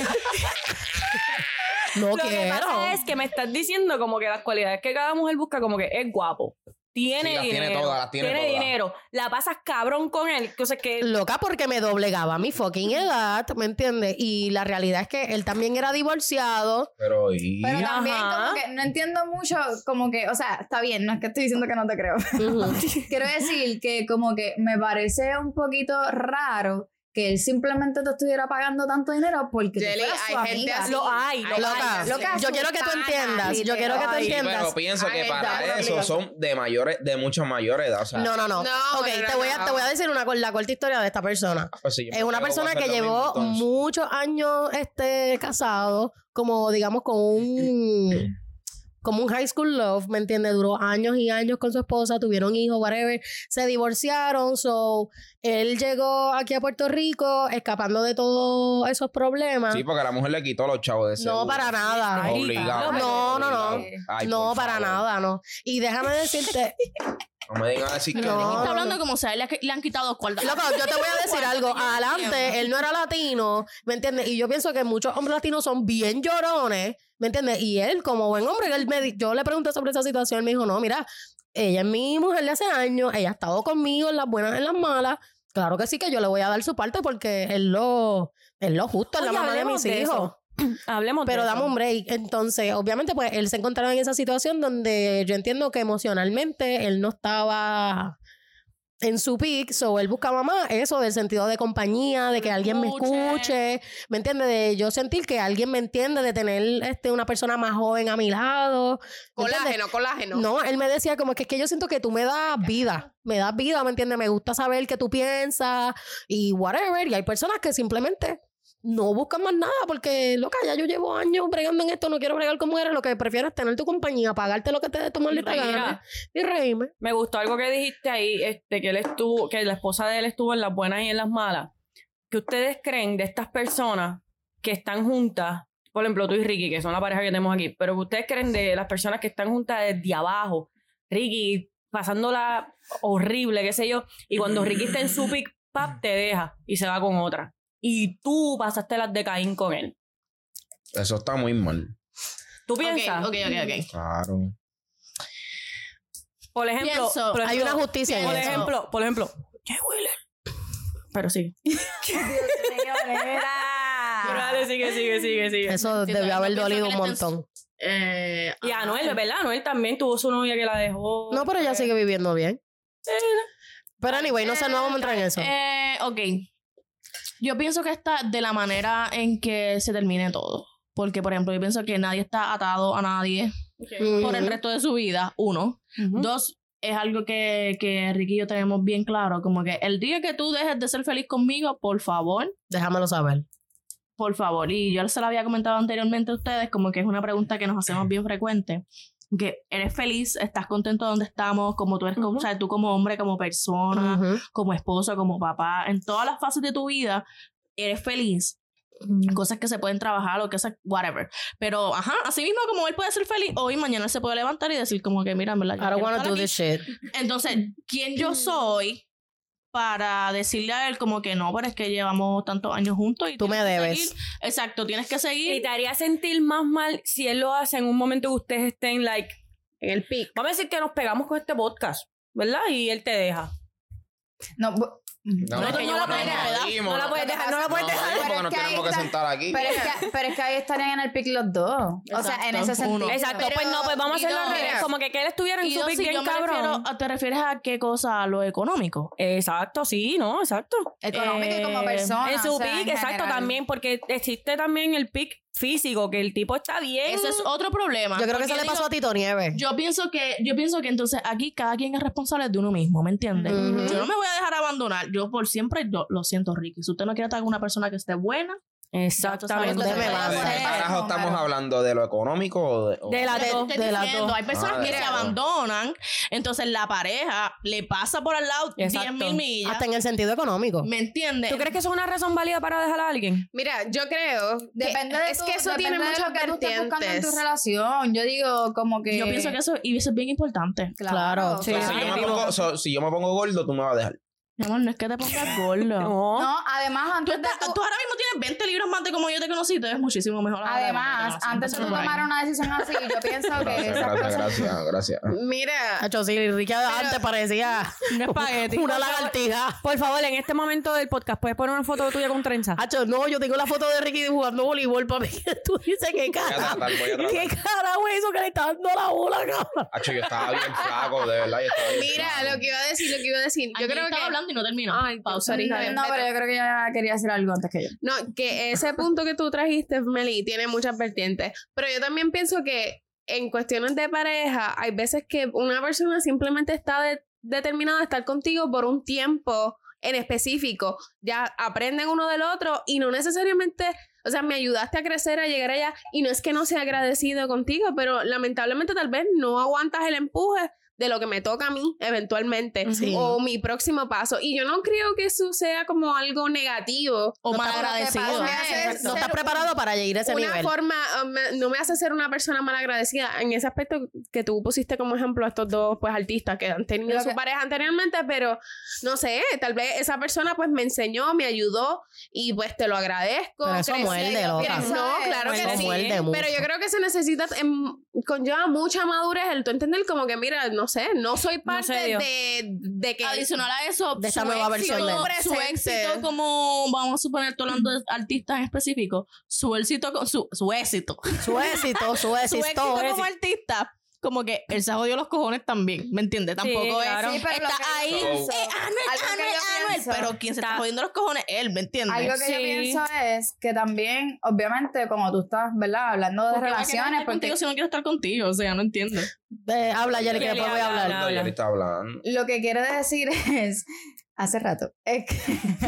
No Lo que quiero. pasa es que me estás diciendo como que las cualidades que cada mujer busca como que es guapo. Tiene Sí, las tiene dinero. todas, las tiene todas. dinero. La pasas cabrón con él. Entonces que... Loca porque me doblegaba mi fucking edad, ¿me entiendes? Y la realidad es que él también era divorciado. Pero y... Pero también Ajá. como que no entiendo mucho, como que, o sea, está bien, no es que estoy diciendo que no te creo. Quiero decir que como que me parece un poquito raro que él simplemente te estuviera pagando tanto dinero porque tú Jelly, fueras su hay gente amiga. así. Lo hay, lo Ay, Loca, Loca, yo su quiero que tú pana, entiendas. Yo quiero que tú literal. Sí, entiendas. pero pienso que Ay, para da una eso son de mayores, de mucha mayor edad. O sea, No, no, no. No, ok, no, te, no, voy a, no. te voy a decir una cor- la corta historia de esta persona. pues sí, yo Es me una creo persona voy a que hacer lo mismo, llevó entonces. muchos años este, casado, como digamos con un como un high school love, ¿me entiendes? Duró años y años con su esposa, tuvieron hijos, whatever, se divorciaron, so él llegó aquí a Puerto Rico escapando de todos esos problemas. Sí, porque la mujer le quitó los chavos de seguro. No, para nada. Ay, Obligado. No, no, no. Obligado. Ay, no, por para favor. nada, no. Y déjame decirte, No me digan a decir que No. no. Está hablando como si a él le, le han quitado cuarta. loco, yo te voy a decir algo. Adelante, él no era latino, ¿me entiendes? Y yo pienso que muchos hombres latinos son bien llorones, ¿me entiendes? Y él, como buen hombre, él me, di- yo le pregunté sobre esa situación, él me dijo, no, mira, ella es mi mujer de hace años, ella ha estado conmigo en las buenas y en las malas. Claro que sí que yo le voy a dar su parte porque es lo, es lo justo, es la Oye, mamá de hablemos mis de hijos. eso. Hablemos Pero de dame eso. un break. Entonces, obviamente, pues él se encontraba en esa situación donde yo entiendo que emocionalmente él no estaba en su peak, so él buscaba más eso del sentido de compañía, de que alguien me Escuche. escuche, ¿me entiendes? De yo sentir que alguien me entiende, de tener este, una persona más joven a mi lado. ¿me entiendes? Colágeno, colágeno. No, él me decía como que es que yo siento que tú me das vida, me das vida, ¿me entiendes? Me gusta saber qué tú piensas y whatever. Y hay personas que simplemente no buscas más nada porque, loca, ya yo llevo años bregando en esto, no quiero bregar con mujeres, lo que prefiero es tener tu compañía, pagarte lo que te dé tu maldita Mira, gana y reírme. Me gustó algo que dijiste ahí, este, que él estuvo, que la esposa de él estuvo en las buenas y en las malas. ¿Qué ustedes creen de estas personas que están juntas? Por ejemplo, tú y Ricky, que son la pareja que tenemos aquí, pero ¿qué ustedes creen de las personas que están juntas desde abajo? Ricky pasándola horrible, qué sé yo, y cuando Ricky está en su pick, pap, te deja y se va con otra. Y tú pasaste las de Caín con él. Eso está muy mal. ¿Tú piensas? Ok, ok, ok, ok. Claro. Por ejemplo, Pienso- por ejemplo, Hay una justicia en por eso. ejemplo, por ejemplo, Jay Wheeler. Pero sí. Pero dale, sigue, sigue, sigue, sigue. Eso Sí, debió yo haber pienso dolido que un él está en montón. Eh, Y ajá. Anuel, ¿verdad? Anuel también tuvo su novia que la dejó. No, pero ella sigue viviendo bien. Pero anyway, no sé, no vamos a entrar en eso. Eh, ok. Yo pienso que está de la manera en que se termine todo. Porque, por ejemplo, yo pienso que nadie está atado a nadie por el Ujú. resto de su vida, uno. Ujú. Dos, es algo que, que Ricky y yo tenemos bien claro. Como que el día que tú dejes de ser feliz conmigo, por favor, Déjamelo saber. por favor. Y yo se lo había comentado anteriormente a ustedes, como que es una pregunta que nos hacemos bien frecuente. Que eres feliz, estás contento donde estamos, como tú eres, como, o sea, tú como hombre, como persona, Ujú. como esposo, como papá, en todas las fases de tu vida, eres feliz. Cosas que se pueden trabajar o que se, whatever. Pero, ajá, así mismo como él puede ser feliz, hoy mañana él se puede levantar y decir como que, mira, en verdad, yo I don't quiero wanna estar do aquí. this shit. Entonces, ¿quién yo soy para decirle a él como que no, pero es que llevamos tantos años juntos y Tú me tienes que debes. seguir? Exacto, tienes que Y seguir. te haría sentir más mal si él lo hace en un momento que ustedes estén, like, En el pic. vamos a decir que nos pegamos con este podcast, ¿verdad? Y él te deja. No, bu- No, No, es que yo no la voy a puedes dejar. pedazo. No la puedes dejar, no la puedes No, dejar. porque Pero nos es que tenemos ahí que está- sentar aquí. pero, es que, pero es que ahí estarían en el pic los dos. O sea, en ese Exacto, sentido. uno. Exacto, Pero- pues no, pues vamos a y hacerlo al dos, revés. mira. Como que, que él estuviera en Y su dos, pick si bien yo me cabrón. refiero a- ¿te refieres a qué cosa? ¿A lo económico? Exacto, sí, ¿no? Exacto. Económico y como Eh, persona. En su o sea, pick, en exacto, general. también, porque existe también el pick físico, que el tipo está bien. Ese es otro problema. Yo creo que Porque eso le digo- pasó a Tito Nieves. Yo pienso que, yo pienso que entonces aquí cada quien es responsable de uno mismo, ¿me entiendes? Ujú. Yo no me voy a dejar abandonar. Yo por siempre, yo lo siento, Ricky. Si usted no quiere estar con una persona que esté buena, Exactamente. Ya tú sabes, Deme usted base. puede ¿De qué hacer. carajo estamos pero- hablando? ¿De lo económico o de...? o- De la Te dos. estoy de las diciendo, dos. hay personas Ah, que de se las dos. abandonan, entonces la pareja le pasa por al lado Exacto. diez mil millas. Hasta en el sentido económico. ¿Me entiendes? ¿Tú crees que eso es una razón válida para dejar a alguien? Mira, yo creo. que- Depende de es tu- que eso depende tiene de muchas lo que tú estés buscando en tu vertientes. relación. Yo digo como que... Yo pienso que eso, y eso es bien importante. Claro. Sí. O sea, si, yo me Definitivo. pongo, so- si yo me pongo gordo, tú me vas a dejar. Mi amor, no es que te pongas gordo. No. No, además, Tú, antes de estás- tú... tú ahora mismo tienes veinte libros más de como yo te conocí, te ves muchísimo mejor. ahora de como te Además, conocí. antes de tú Empezando por ahí. tomar una decisión así, yo pienso que Gracias, esas gracias, cosas... gracias, gracias. Mira, Hacho, sí, Ricky antes parecía Un espagueti. una lagartija. Por favor, en este momento del podcast, ¿puedes poner una foto tuya con trenza? Hacho, no, yo tengo la foto de Ricky jugando voleibol, papi. Tú dices que Voy a cara. tratar, voy a tratar. ¿Qué carajo es eso que le está dando la bola, cabrón? Hacho, yo estaba bien flaco, de verdad. Yo estaba bien mira, flaco. lo que iba a decir, lo que iba a decir. Yo Aquí creo estaba que. hablando y no terminó. Ay, pausa. sorry, No, Javier, no, pero yo creo que ella quería decir algo antes que yo. No, que ese punto que tú trajiste, Meli, tiene muchas vertientes. Pero yo también pienso que en cuestiones de pareja, hay veces que una persona simplemente está de- determinada a estar contigo por un tiempo en específico. Ya aprenden uno del otro y no necesariamente, o sea, me ayudaste a crecer, a llegar allá y no es que no sea agradecido contigo, pero lamentablemente tal vez no aguantas el empuje de lo que me toca a mí eventualmente Sí. o mi próximo paso. Y yo no creo que eso sea como algo negativo. O No mal está- agradecido. no me Eh, hace exacto. No ser estás preparado para llegar a ese una nivel. forma, um, me- no me hace ser una persona malagradecida en ese aspecto que tú pusiste como ejemplo a estos dos pues artistas que han tenido Lo su que- pareja anteriormente, pero no sé, tal vez esa persona pues me enseñó, me ayudó y pues te lo agradezco. Pero eso crecí, muerde, yo loca. pienso- No, claro Eso que sí. muerde mucho. Pero yo creo que se necesita, em, conlleva mucha madurez el tú entender como que mira, no sé, no soy parte se dio. de, de que Adicional a eso, De esta su nueva éxito- versión de él. Su Presente. éxito como, vamos a suponer, tú hablando de artistas en específico, su éxito, con- su, su éxito, Su éxito, su su éxito. éxito como artista, como que él se jodió los cojones también, ¿me entiendes? Tampoco claro. es, Sí, pero lo está que yo ahí, pienso- eh, Anuel, algo que Anuel, yo Anuel, pienso- pero quien se está Está- jodiendo los cojones es él, ¿me entiendes? Algo que yo Sí. pienso es que también, obviamente, como tú estás, ¿verdad? Hablando de ¿Por qué va a querer relaciones, estar porque contigo si no quiero estar contigo? O sea, no entiendo. Eh, habla, Yari, que Yari, después voy a habla, hablar. habla. Yo le estaba hablando. lo que quiero decir es, hace rato, es que,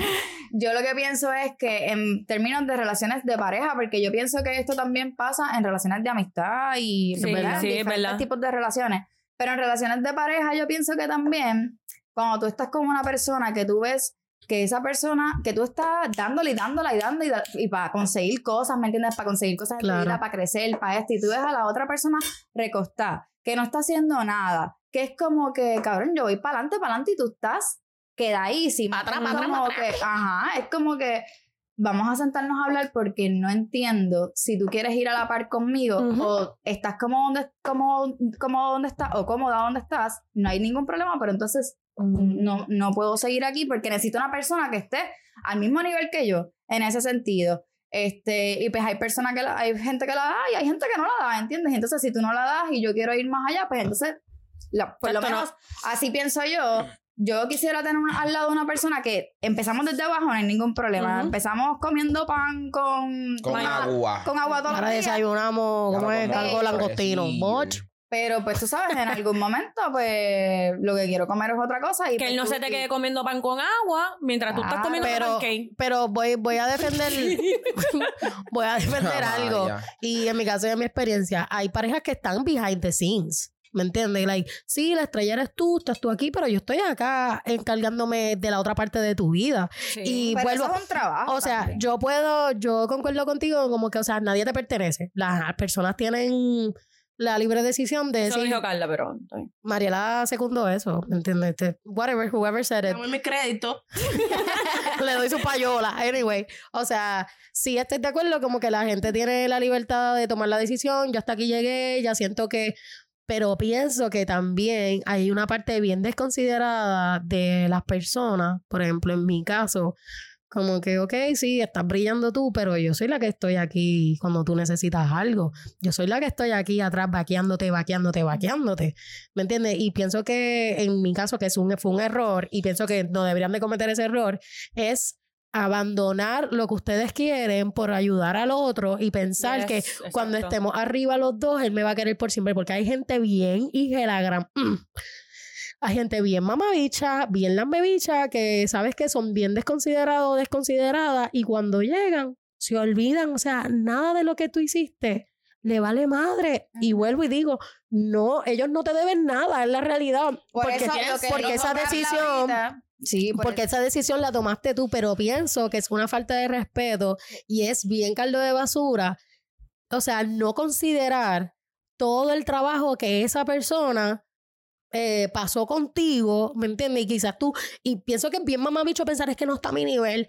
yo lo que pienso es que en términos de relaciones de pareja, porque yo pienso que esto también pasa en relaciones de amistad y Sí, ¿verdad? sí, es diferentes verdad. tipos de relaciones. Pero en relaciones de pareja yo pienso que también cuando tú estás con una persona que tú ves que esa persona, que tú estás dándole y dándole y dándole y, da- y para conseguir cosas, ¿me entiendes? Para conseguir cosas en Claro. tu vida, para crecer, para esto, y tú ves a la otra persona recostada, que no está haciendo nada, que es como que, cabrón, yo voy para adelante, para adelante y tú estás quedadísima. Pa' atrás, Es pa' atrás, como pa' atrás. que, ajá, es como que vamos a sentarnos a hablar porque no entiendo si tú quieres ir a la par conmigo Ujú. o estás como donde, como, como donde estás o cómoda donde estás, no hay ningún problema, pero entonces no, no puedo seguir aquí porque necesito una persona que esté al mismo nivel que yo en ese sentido. Este, y pues hay personas que la, hay gente que la da y hay gente que no la da, ¿entiendes? Entonces, si tú no la das y yo quiero ir más allá, pues entonces, la- por lo Exacto, menos así pienso yo. Yo quisiera tener una- al lado una persona que empezamos desde abajo, no hay ningún problema. Ujú. Empezamos comiendo pan con, Con agua. con agua todos Ahora los días. desayunamos, ¿cómo Claro, es? con Algo mucho langostino. quesillo. Boch. Pero pues tú sabes, en algún momento, pues lo que quiero comer es otra cosa. Y Que pues, él no tú- se te y- quede comiendo pan con agua mientras tú estás Claro. comiendo Pero, pancake. pero voy, voy a defender voy a defender Ah, algo. ya. Y en mi caso y en mi experiencia, hay parejas que están behind the scenes. ¿Me entiendes? Like, sí, la estrella eres tú, estás tú aquí, pero yo estoy acá encargándome de la otra parte de tu vida. Sí. Y Pero vuelvo, eso es un trabajo. o sea, también. yo puedo, yo concuerdo contigo como que, o sea, nadie te pertenece. Las personas tienen la libre decisión de Eso lo decir, dijo Carla, pero... Mariela secundó eso, ¿me entiendes? Este, whatever, whoever said it. Dame mi crédito. Le doy su payola. Anyway, o sea, sí estoy de acuerdo como que la gente tiene la libertad de tomar la decisión. Yo hasta aquí llegué, ya siento que... Pero pienso que también hay una parte bien desconsiderada de las personas. Por ejemplo, en mi caso, como que, ok, sí, estás brillando tú, pero yo soy la que estoy aquí cuando tú necesitas algo. Yo soy la que estoy aquí atrás vaqueándote, vaqueándote, vaqueándote. ¿Me entiendes? Y pienso que en mi caso, que es un, fue un error, y pienso que no deberían de cometer ese error, es abandonar lo que ustedes quieren por ayudar al otro y pensar Yes, que exacto. cuando estemos arriba los dos, él me va a querer por siempre, porque hay gente bien hija de la gran... mm. Hay gente bien mamabicha, bien lambebicha, que sabes que son bien desconsiderados o desconsideradas, y cuando llegan, se olvidan, o sea, nada de lo que tú hiciste le vale madre. Y vuelvo y digo, no, ellos no te deben nada, es la realidad. Por porque eso lo que porque dijo esa Carla decisión... ahorita- sí, por Porque esa decisión la tomaste tú, pero pienso que es una falta de respeto y es bien caldo de basura. O sea, no considerar todo el trabajo que esa persona eh, pasó contigo, ¿me entiendes? Y quizás tú, y pienso que es bien mamabicho pensar es que no está a mi nivel.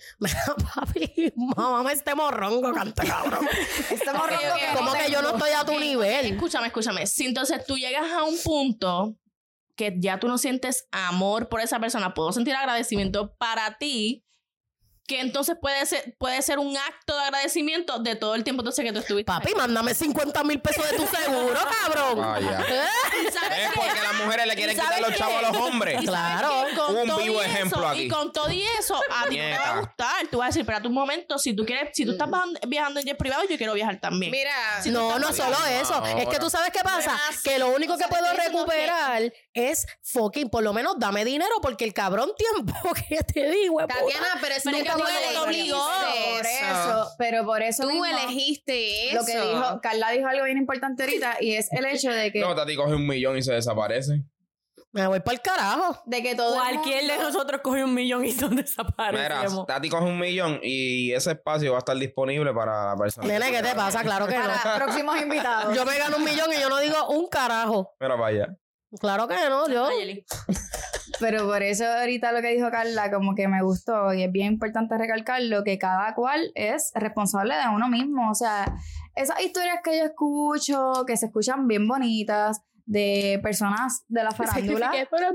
Papi, mamá, este morrongo, canta cabrón. Estamos Ok, rotos ok, que Como que yo no estoy a tu Ok, nivel. Escúchame, escúchame. Si entonces tú llegas a un punto que ya tú no sientes amor por esa persona, puedo sentir agradecimiento para ti, que entonces puede ser, puede ser un acto de agradecimiento de todo el tiempo entonces que tú estuviste. Papi, mándame cincuenta mil pesos de tu seguro, cabrón. Vaya. ¿Eh? ¿Y sabes Es qué? porque las mujeres le quieren ¿Y sabes quitar los qué? chavos a los hombres. ¿Y sabes Claro. qué? Con Un todo vivo y eso, ejemplo aquí. Y con todo y eso, a ti no te va a Nieta. gustar. Tú vas a decir, espérate un momento, si tú quieres, si tú estás viajando, viajando en jet privado, yo quiero viajar también. Mira, No, no solo eso. Es que tú sabes qué pasa. Que lo único que puedo recuperar es fucking, por lo menos dame dinero, porque el cabrón tiempo que te digo, es Tatiana, pero es Pero que es que tú tú eres elegiste obligó. por eso, pero por eso Tú mismo, elegiste eso. lo que dijo, Carla dijo algo bien importante ahorita y es el hecho de que, No, Tati coge un millón y se desaparece. me voy para el carajo. de que todo el Cualquier de mundo- nosotros coge un millón y son Mira, desaparecemos. Tati coge un millón y ese espacio va a estar disponible para la persona. Nene, ¿qué te pasa? Claro que para no. próximos invitados. Yo me gano un millón y yo no digo un carajo. Mira, vaya. Claro que no, yo. Ayeli. Pero por eso ahorita lo que dijo Carla como que me gustó y es bien importante recalcarlo, que cada cual es responsable de uno mismo. O sea, esas historias que yo escucho, que se escuchan bien bonitas, de personas de la farándula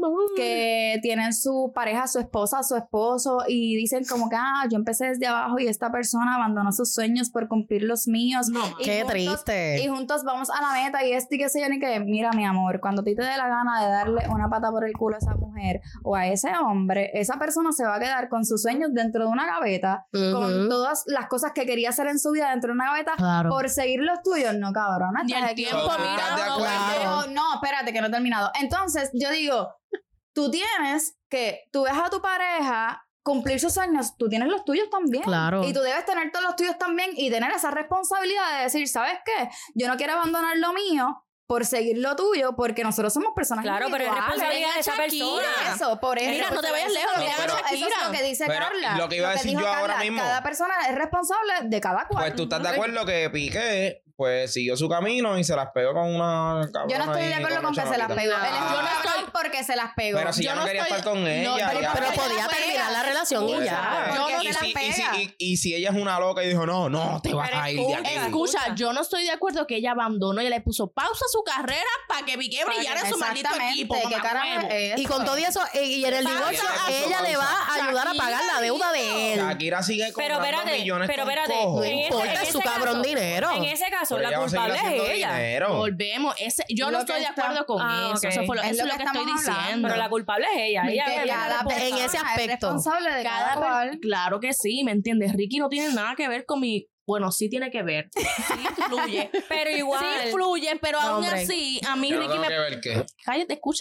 que tienen su pareja, su esposa, su esposo y dicen como que, ah, yo empecé desde abajo y esta persona abandonó sus sueños por cumplir los míos. No, Y Qué juntos- triste. Y juntos vamos a la meta y esto y qué sé yo ni qué. Mira, mi amor, cuando a ti te dé la gana de darle una pata por el culo a esa mujer o a ese hombre, esa persona se va a quedar con sus sueños dentro de una gaveta, con Ujú. todas las cosas que quería hacer en su vida dentro de una gaveta Claro. por seguir los tuyos. No, cabrón. Y el tiempo, So, ¿tú mira, estás de no, acuerdo? No, no, espérate, que no he terminado. Entonces, yo digo, tú tienes que, tú ves a tu pareja cumplir sus sueños, tú tienes los tuyos también. Claro. Y tú debes tener todos los tuyos también y tener esa responsabilidad de decir, ¿sabes qué? Yo no quiero abandonar lo mío por seguir lo tuyo, porque nosotros somos personas Claro, pero es individuales. responsabilidad de esa persona. Eso, por eso. Mira, no te vayas Eso lejos, es lo mira que- a eso Shakira. es lo que dice Pero Carla. lo que iba a decir dijo yo ahora Carla, mismo. Cada persona es responsable de cada cual. Pues tú estás de acuerdo que Piqué, pues siguió su camino y se las pegó con una cabrona. Yo no estoy de ahí, acuerdo con una que se las chamaquita. pegó. Él Ah. es Yo no un cabrón estoy- porque se las pegó. Pero si Yo ya no, no quería estoy- estar con no, ella. pero- ya. Pero Ella podía la pega. terminar la relación y Pues, ya. ah, Yo no y, se si, las y, si, pega. y, y si ella es una loca y dijo, no, no, te vas Pero a ir de escucha, aquí. Escucha, yo no estoy de acuerdo que ella abandonó y le puso pausa a su carrera para que Piqué brillara en su maldito equipo. Exactamente. ¿Qué mamá carajo huevo. es eso? Y con todo eso, eh, y en el Pausa, divorcio, pausa, ella le va a pausa. ayudar a pagar la deuda de él. Shakira sigue Pero cobrando espérate, millones pero con espérate. cojo. No en ese- importa, en es su ese cabrón caso- dinero. En ese caso, Pero la ella va a seguir culpable es haciendo ella. dinero. Volvemos. Ese, yo Lo no que estoy de está- acuerdo con Ah, eso. ok. Eso, fue lo, Es eso lo es lo que que estoy estamos hablando. diciendo. Pero la culpable es ella. Ella Que es la cada responsable. en ese persona es aspecto. responsable de cada, Cada per- cual. Claro que sí, ¿me entiendes? Ricky no tiene nada que ver con mi... Bueno, sí tiene que ver. Sí influye. Pero igual. Sí influye, pero No, aún hombre. así, a mí Yo no Ricky tengo me... que ver qué. Cállate, escucha.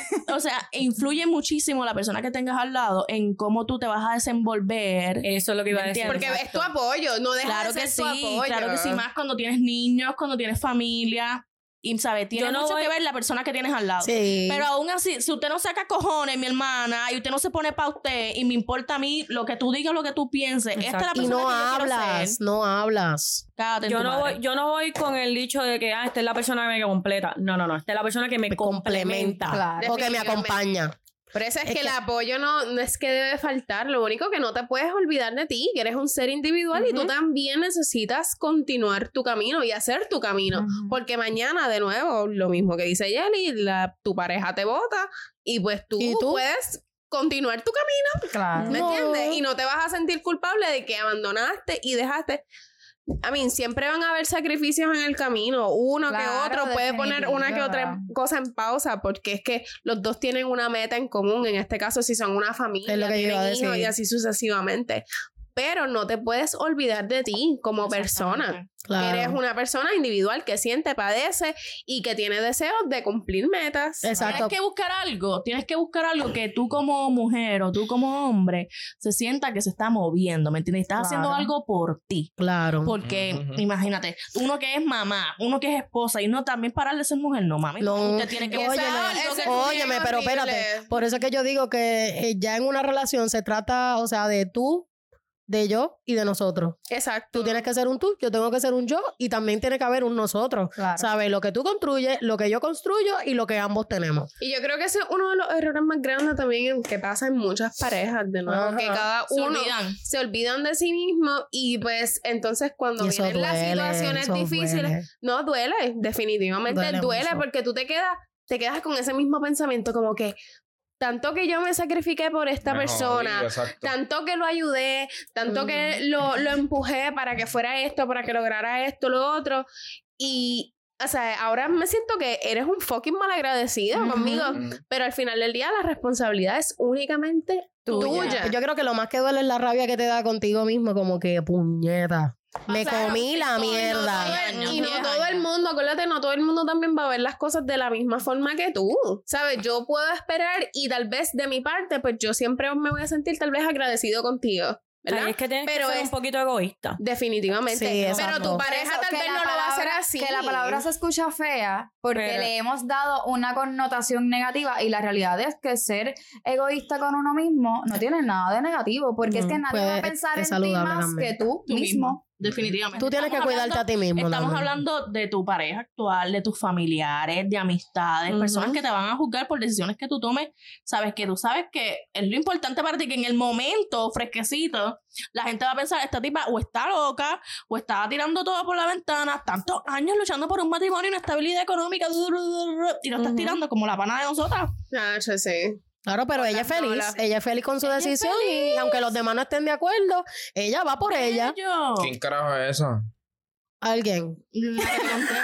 O sea, influye muchísimo la persona que tengas al lado en cómo tú te vas a desenvolver. Eso es lo que iba a ¿Me decir. entiendes? Porque es tu apoyo, no deja Claro de que ser sí, tu apoyo. claro que sí, más cuando tienes niños, cuando tienes familia. Y, ¿sabes? Tiene Yo no mucho voy- que ver la persona que tienes al lado. Sí. Pero aún así, si usted no saca cojones, mi hermana, y usted no se pone para usted, y me importa a mí lo que tú digas, lo que tú pienses, esta es la Exacto. Y persona no que yo quiero hablas, ser. no hablas. Cállate en Yo tu no, madre. voy, yo no voy con el dicho de que ah, esta es la persona que me completa. No, no, no. Esta es la persona que me, Me complementa. complementa. Claro. O que me Definitivamente. acompaña. Por eso es, Es que, que- el apoyo no, no es que debe faltar, lo único que no te puedes olvidar de ti, que eres un ser individual y tú Ujú. también necesitas continuar tu camino y hacer tu camino, Ujú. porque mañana de nuevo, lo mismo que dice Yeli, la, tu pareja te bota y pues tú, ¿Y tú? puedes continuar tu camino, Claro. ¿me No. entiendes? Y no te vas a sentir culpable de que abandonaste y dejaste. I mean, siempre van a haber sacrificios en el camino. Uno Claro, que otro puede poner una que otra definitivo. cosa en pausa porque es que los dos tienen una meta en común. En este caso, si son una familia, Es lo que yo tienen iba a hijos decir. y así sucesivamente. Pero no te puedes olvidar de ti como persona. Claro. Eres una persona individual que siente, padece y que tiene deseos de cumplir metas. Exacto. Tienes que buscar algo, tienes que buscar algo que tú como mujer o tú como hombre se sienta que se está moviendo, ¿me entiendes? Estás haciendo Claro. algo por ti. Claro. Porque, Ujú. imagínate, uno que es mamá, uno que es esposa y no también parar de ser mujer, no mami. No. Usted tiene que Esa- buscar Óyeme, algo ese- que- Óyeme, bien pero horrible. espérate. Por eso es que yo digo que eh, ya en una relación se trata, o sea, de tú, de yo y de nosotros. Exacto. Tú tienes que ser un tú, yo tengo que ser un yo y también tiene que haber un nosotros. Claro. ¿Sabes? Lo que tú construyes, lo que yo construyo y lo que ambos tenemos. Y yo creo que ese es uno de los errores más grandes también que pasa en muchas parejas, de nuevo, Ajá. que cada se uno olvidan. se olvidan de sí mismo y pues entonces cuando Y eso vienen las duele, situaciones eso difíciles, duele. no duele, definitivamente Duele duele, mucho. porque tú te quedas, te quedas con ese mismo pensamiento como que tanto que yo me sacrifiqué por esta Me persona, jodí, exacto. tanto que lo ayudé, tanto que lo, lo empujé para que fuera esto, para que lograra esto, lo otro. Y, o sea, ahora me siento que eres un fucking malagradecido Ujú. conmigo. Mm. Pero al final del día, la responsabilidad es únicamente tuya. Yo creo que lo más que duele es la rabia que te da contigo mismo, como que puñeta. Me O sea, comí la y no mierda. todo el- Años, Y no diez todo el años. mundo, acuérdate, no todo el mundo también va a ver las cosas de la misma forma que tú. ¿Sabes? Yo puedo esperar y tal vez de mi parte, pues yo siempre me voy a sentir tal vez agradecido contigo. ¿Verdad? Ahí es que tienes Pero que ser es- un poquito egoísta. Definitivamente. Sí, pero exacto. tu pareja Eso, tal que vez la no lo va a hacer palabra- así. Que la palabra se escucha fea porque Pero- le hemos dado una connotación negativa y la realidad es que ser egoísta con uno mismo no tiene nada de negativo porque es que Mm, nadie pues, va a pensar es en ti saludable más también. que tú, Tú mismo. Definitivamente. Tú tienes que Estamos cuidarte hablando- a ti mismo. Estamos también. hablando de tu pareja actual, de tus familiares, de amistades, Ujú. personas que te van a juzgar por decisiones que tú tomes. Sabes que tú sabes que es lo importante para ti, que en el momento fresquecito, la gente va a pensar, esta tipa o está loca, o está tirando todo por la ventana, tantos años luchando por un matrimonio y una estabilidad económica, y lo estás Ujú. tirando como la pana de nosotras. Ah, yo sí. Claro, pero ella es feliz. Hola. Ella es feliz con su Ella es decisión y aunque los demás no estén de acuerdo, ella va por ella. Yo. ¿Quién carajo es esa? Alguien. La que te conté.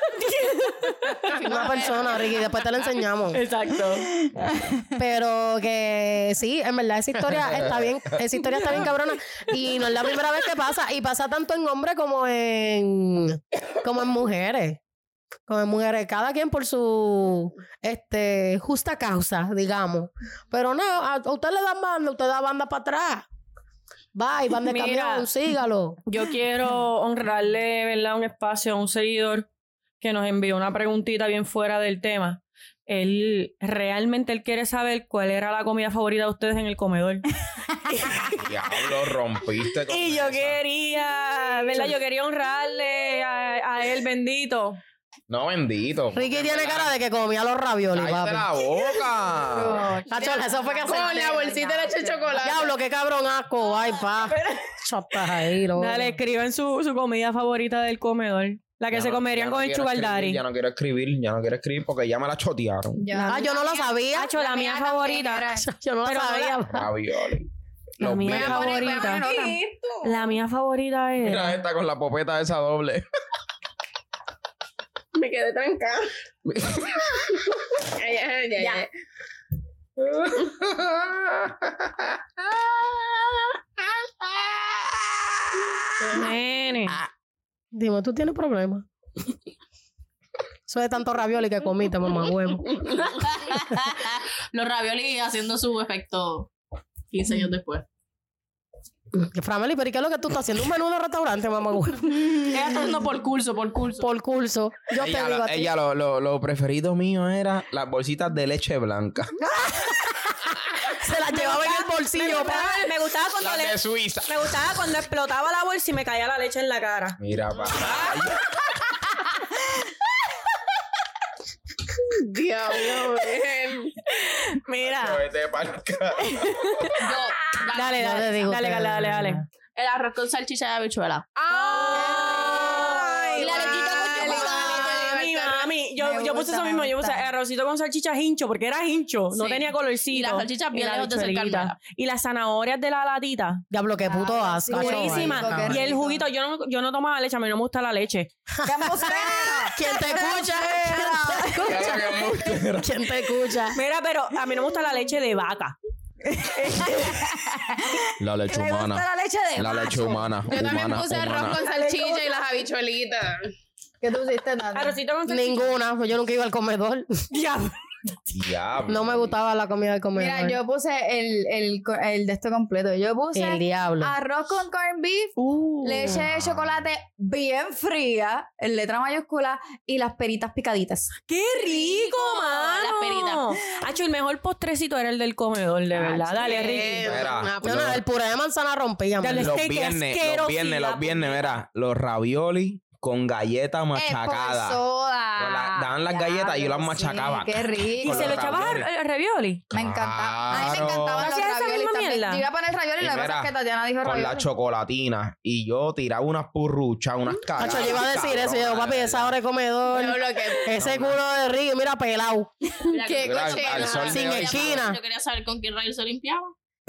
Una persona, Ricky, después te la enseñamos. Exacto. Pero que sí, en verdad esa historia está bien, esa historia está bien cabrona. Y no es la primera vez que pasa. Y pasa tanto en hombres como en como en mujeres. Con mujeres, cada quien por su este, justa causa, digamos. Pero no, a, a usted le dan banda, usted da banda para atrás. Bye, banda de Mira, camión, sígalo. Yo quiero honrarle, ¿verdad?, un espacio a un seguidor que nos envió una preguntita bien fuera del tema. Él, realmente él quiere saber cuál era la comida favorita de ustedes en el comedor. Diablo, rompiste con Y yo esa. quería, ¿verdad? Yo quería honrarle a, a él, bendito. No, bendito. Ricky tiene cara de que comía los raviolis, ¡Cállate papi. la boca! Tacho, eso fue que Con la bolsita de leche de chocolate. Diablo, qué cabrón asco. Ay, pa. Chotas ahí, loco. Dale, escriban su, su comida favorita del comedor. La que Ya se no- comerían ya no con el quiero sugar escribir, daddy. Ya no quiero escribir, ya no quiero escribir porque ya me la chotearon. Ya. Ah, yo no lo sabía. Hacho, la mía también favorita. era- Yo no lo Pero no sabía. Ravioli. La Los mía vi- Voy a poner- voy a favorita. poner otra. La mía favorita Mira es. esta con la popeta esa doble. Me quedé trancada. Ay, ay, ay, ay. Nene. Dime, ¿tú tienes problemas? Eso de tanto ravioli que comiste, mamá huevo. Los raviolis haciendo su efecto quince años después. Frameli, pero ¿y qué es lo que tú estás haciendo? Un menú de restaurante, mamá huevo. Ella está haciendo por curso, por curso. Por curso. Yo ella te lo, digo a ti. ella lo, lo, lo preferido mío era las bolsitas de leche blanca. Se las llevaba en el bolsillo. pa. Me gustaba cuando Las le- de Suiza. me gustaba cuando explotaba la bolsa y me caía la leche en la cara. Mira, papá. Diablo, ven. Mira. Vete pa'l carajo. Yo, Dale, Yo te dale, digo dale, que- dale, dale, dale. el arroz con salchicha de habichuela. Ay, Y la lechita con mami, chocolate. mami, yo, Me yo puse gusta, eso me mismo, yo puse gusta. arrocito con salchicha hincho, porque era hincho, no Sí. tenía colorcito. Y las salchichas bien la lejos de ser habichuelita. carmela. Y las zanahorias de la latita. Diablo, qué puto Ah, asco. sí, Buenísima. rico, qué Y el rico. juguito, yo no, yo no tomaba leche, a mí no me gusta la leche. ¡Qué embustera! ¿Quién te escucha? Ya lo que embustera. ¿Quién te escucha? Mira, pero a mí no me gusta la leche de vaca. La leche Me gusta humana. la leche de La leche macho. humana. Yo también humana, puse humana. arroz con salchicha y las habichuelitas. ¿Qué tú hiciste, Nati? Arrocito con salchicha. Ninguna. Yo nunca iba al comedor. Diablo. Diablo. No me gustaba la comida del comedor. Mira, yo puse el, el, co- el de esto completo. Yo puse El diablo. arroz con corned beef, Uh. leche de chocolate bien fría, en letra mayúscula, y las peritas picaditas. ¡Qué rico, mano! Las peritas. Hacho, el mejor postrecito era el del comedor, de verdad. Dale, Ricky. Mira, Una- Yo no, el puré de manzana rompía. Dale, los Qué viernes, los asquerosidad, viernes, los viernes, mira, los raviolis con galletas machacadas. soda. Con la- daban las galletas y yo las machacaba. Sí, qué ¿Y rico. Con se lo los echabas raviolis. al al ravioli? Me encantaba. A mí me Claro. encantaban los ¿Hacías esa raviolis misma también. mierda? Yo iba a poner raviolis, Y lo que pasa mira, es que Tatiana dijo Con la raviolis. chocolatina. Y yo tiraba unas purruchas, unas caras. Hacho, yo iba a decir eso. Yo, papi, esa hora de comedor. Yo lo que- Ese culo de Ricky, mira, pelado. Qué Mira, al- cochino. al sol de Sin hoy. esquina. Yo quería saber con quién rayos se limpiaba.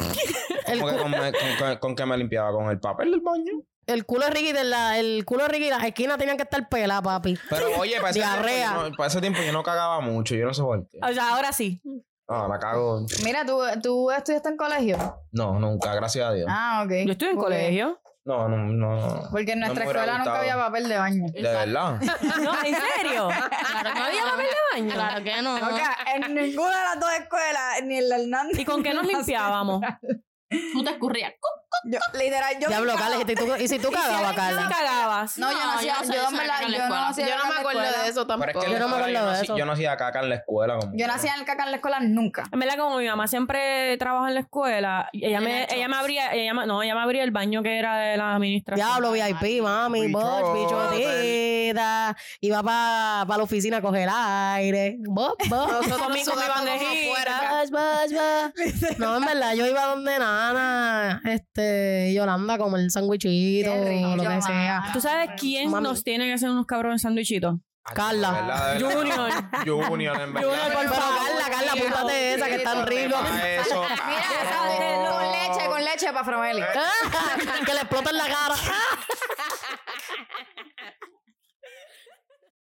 El, ¿Cómo que cu- con, me- con, con- con qué me limpiaba? ¿Con el papel del baño? el culo de Ricky, de la, el culo de Ricky, las esquinas tenían que estar peladas, papi. Pero oye, para ese, tiempo Diarrea. yo no, para ese tiempo yo no cagaba mucho. Yo no sé por qué. O sea, ahora sí. No, la cago. Mira, ¿tú, ¿tú estudiaste en colegio? No, nunca, gracias a Dios. Ah, ok. Yo estuve en Porque- colegio. No, no, no. Porque en No nuestra me hubiera escuela nunca gustado. había papel de baño. De verdad. No, ¿en serio? Claro que ¿No había no. papel de baño? Claro que no. Acá, en ninguna de las dos escuelas, ni en la Hernández. ¿Y con qué nos limpiábamos? Tú te escurrías. Yo, literal, yo. Diablo, me Carla, ¿y tú, y si tú cagabas, ¿Qué Carla? cagabas? No, yo no No, hacía. yo no sé Yo, eso en de verdad, caca en la yo no escuela. hacía Yo no caca en me la acuerdo escuela. de eso Pero es tampoco. que en Yo la no me escuela acuerdo de yo, eso. no, yo no hacía caca en la escuela. Como Yo no hacía el caca en la escuela nunca. En verdad, como mi mamá siempre trabaja en la escuela, y ella me, ella me abría, ella me- no, ella me abría el baño que era de la administración. Diablo, V I P, mami, Bicho, boch, bichotita. Iba para pa la oficina a coger aire. Bob, bob. Nosotros Con mi- con mi sudamos como bandejita. puerca. Bas, bas, bas. No, en verdad, yo iba donde Nana, este, Yolanda, como el sandwichito, Qué rico, lo que mamá. sea. ¿Tú sabes quién Mami. nos tiene que hacer unos cabrones sándwichitos? Carla. De verdad, de verdad. Junior. Junior, en verdad. Junior, por Pero favor. Carla, Carla, tío. apúntate esa que es tan rico. Ah, eso. Mira, ¿sabes? Con leche, con leche para Frameli. Que le exploten la cara.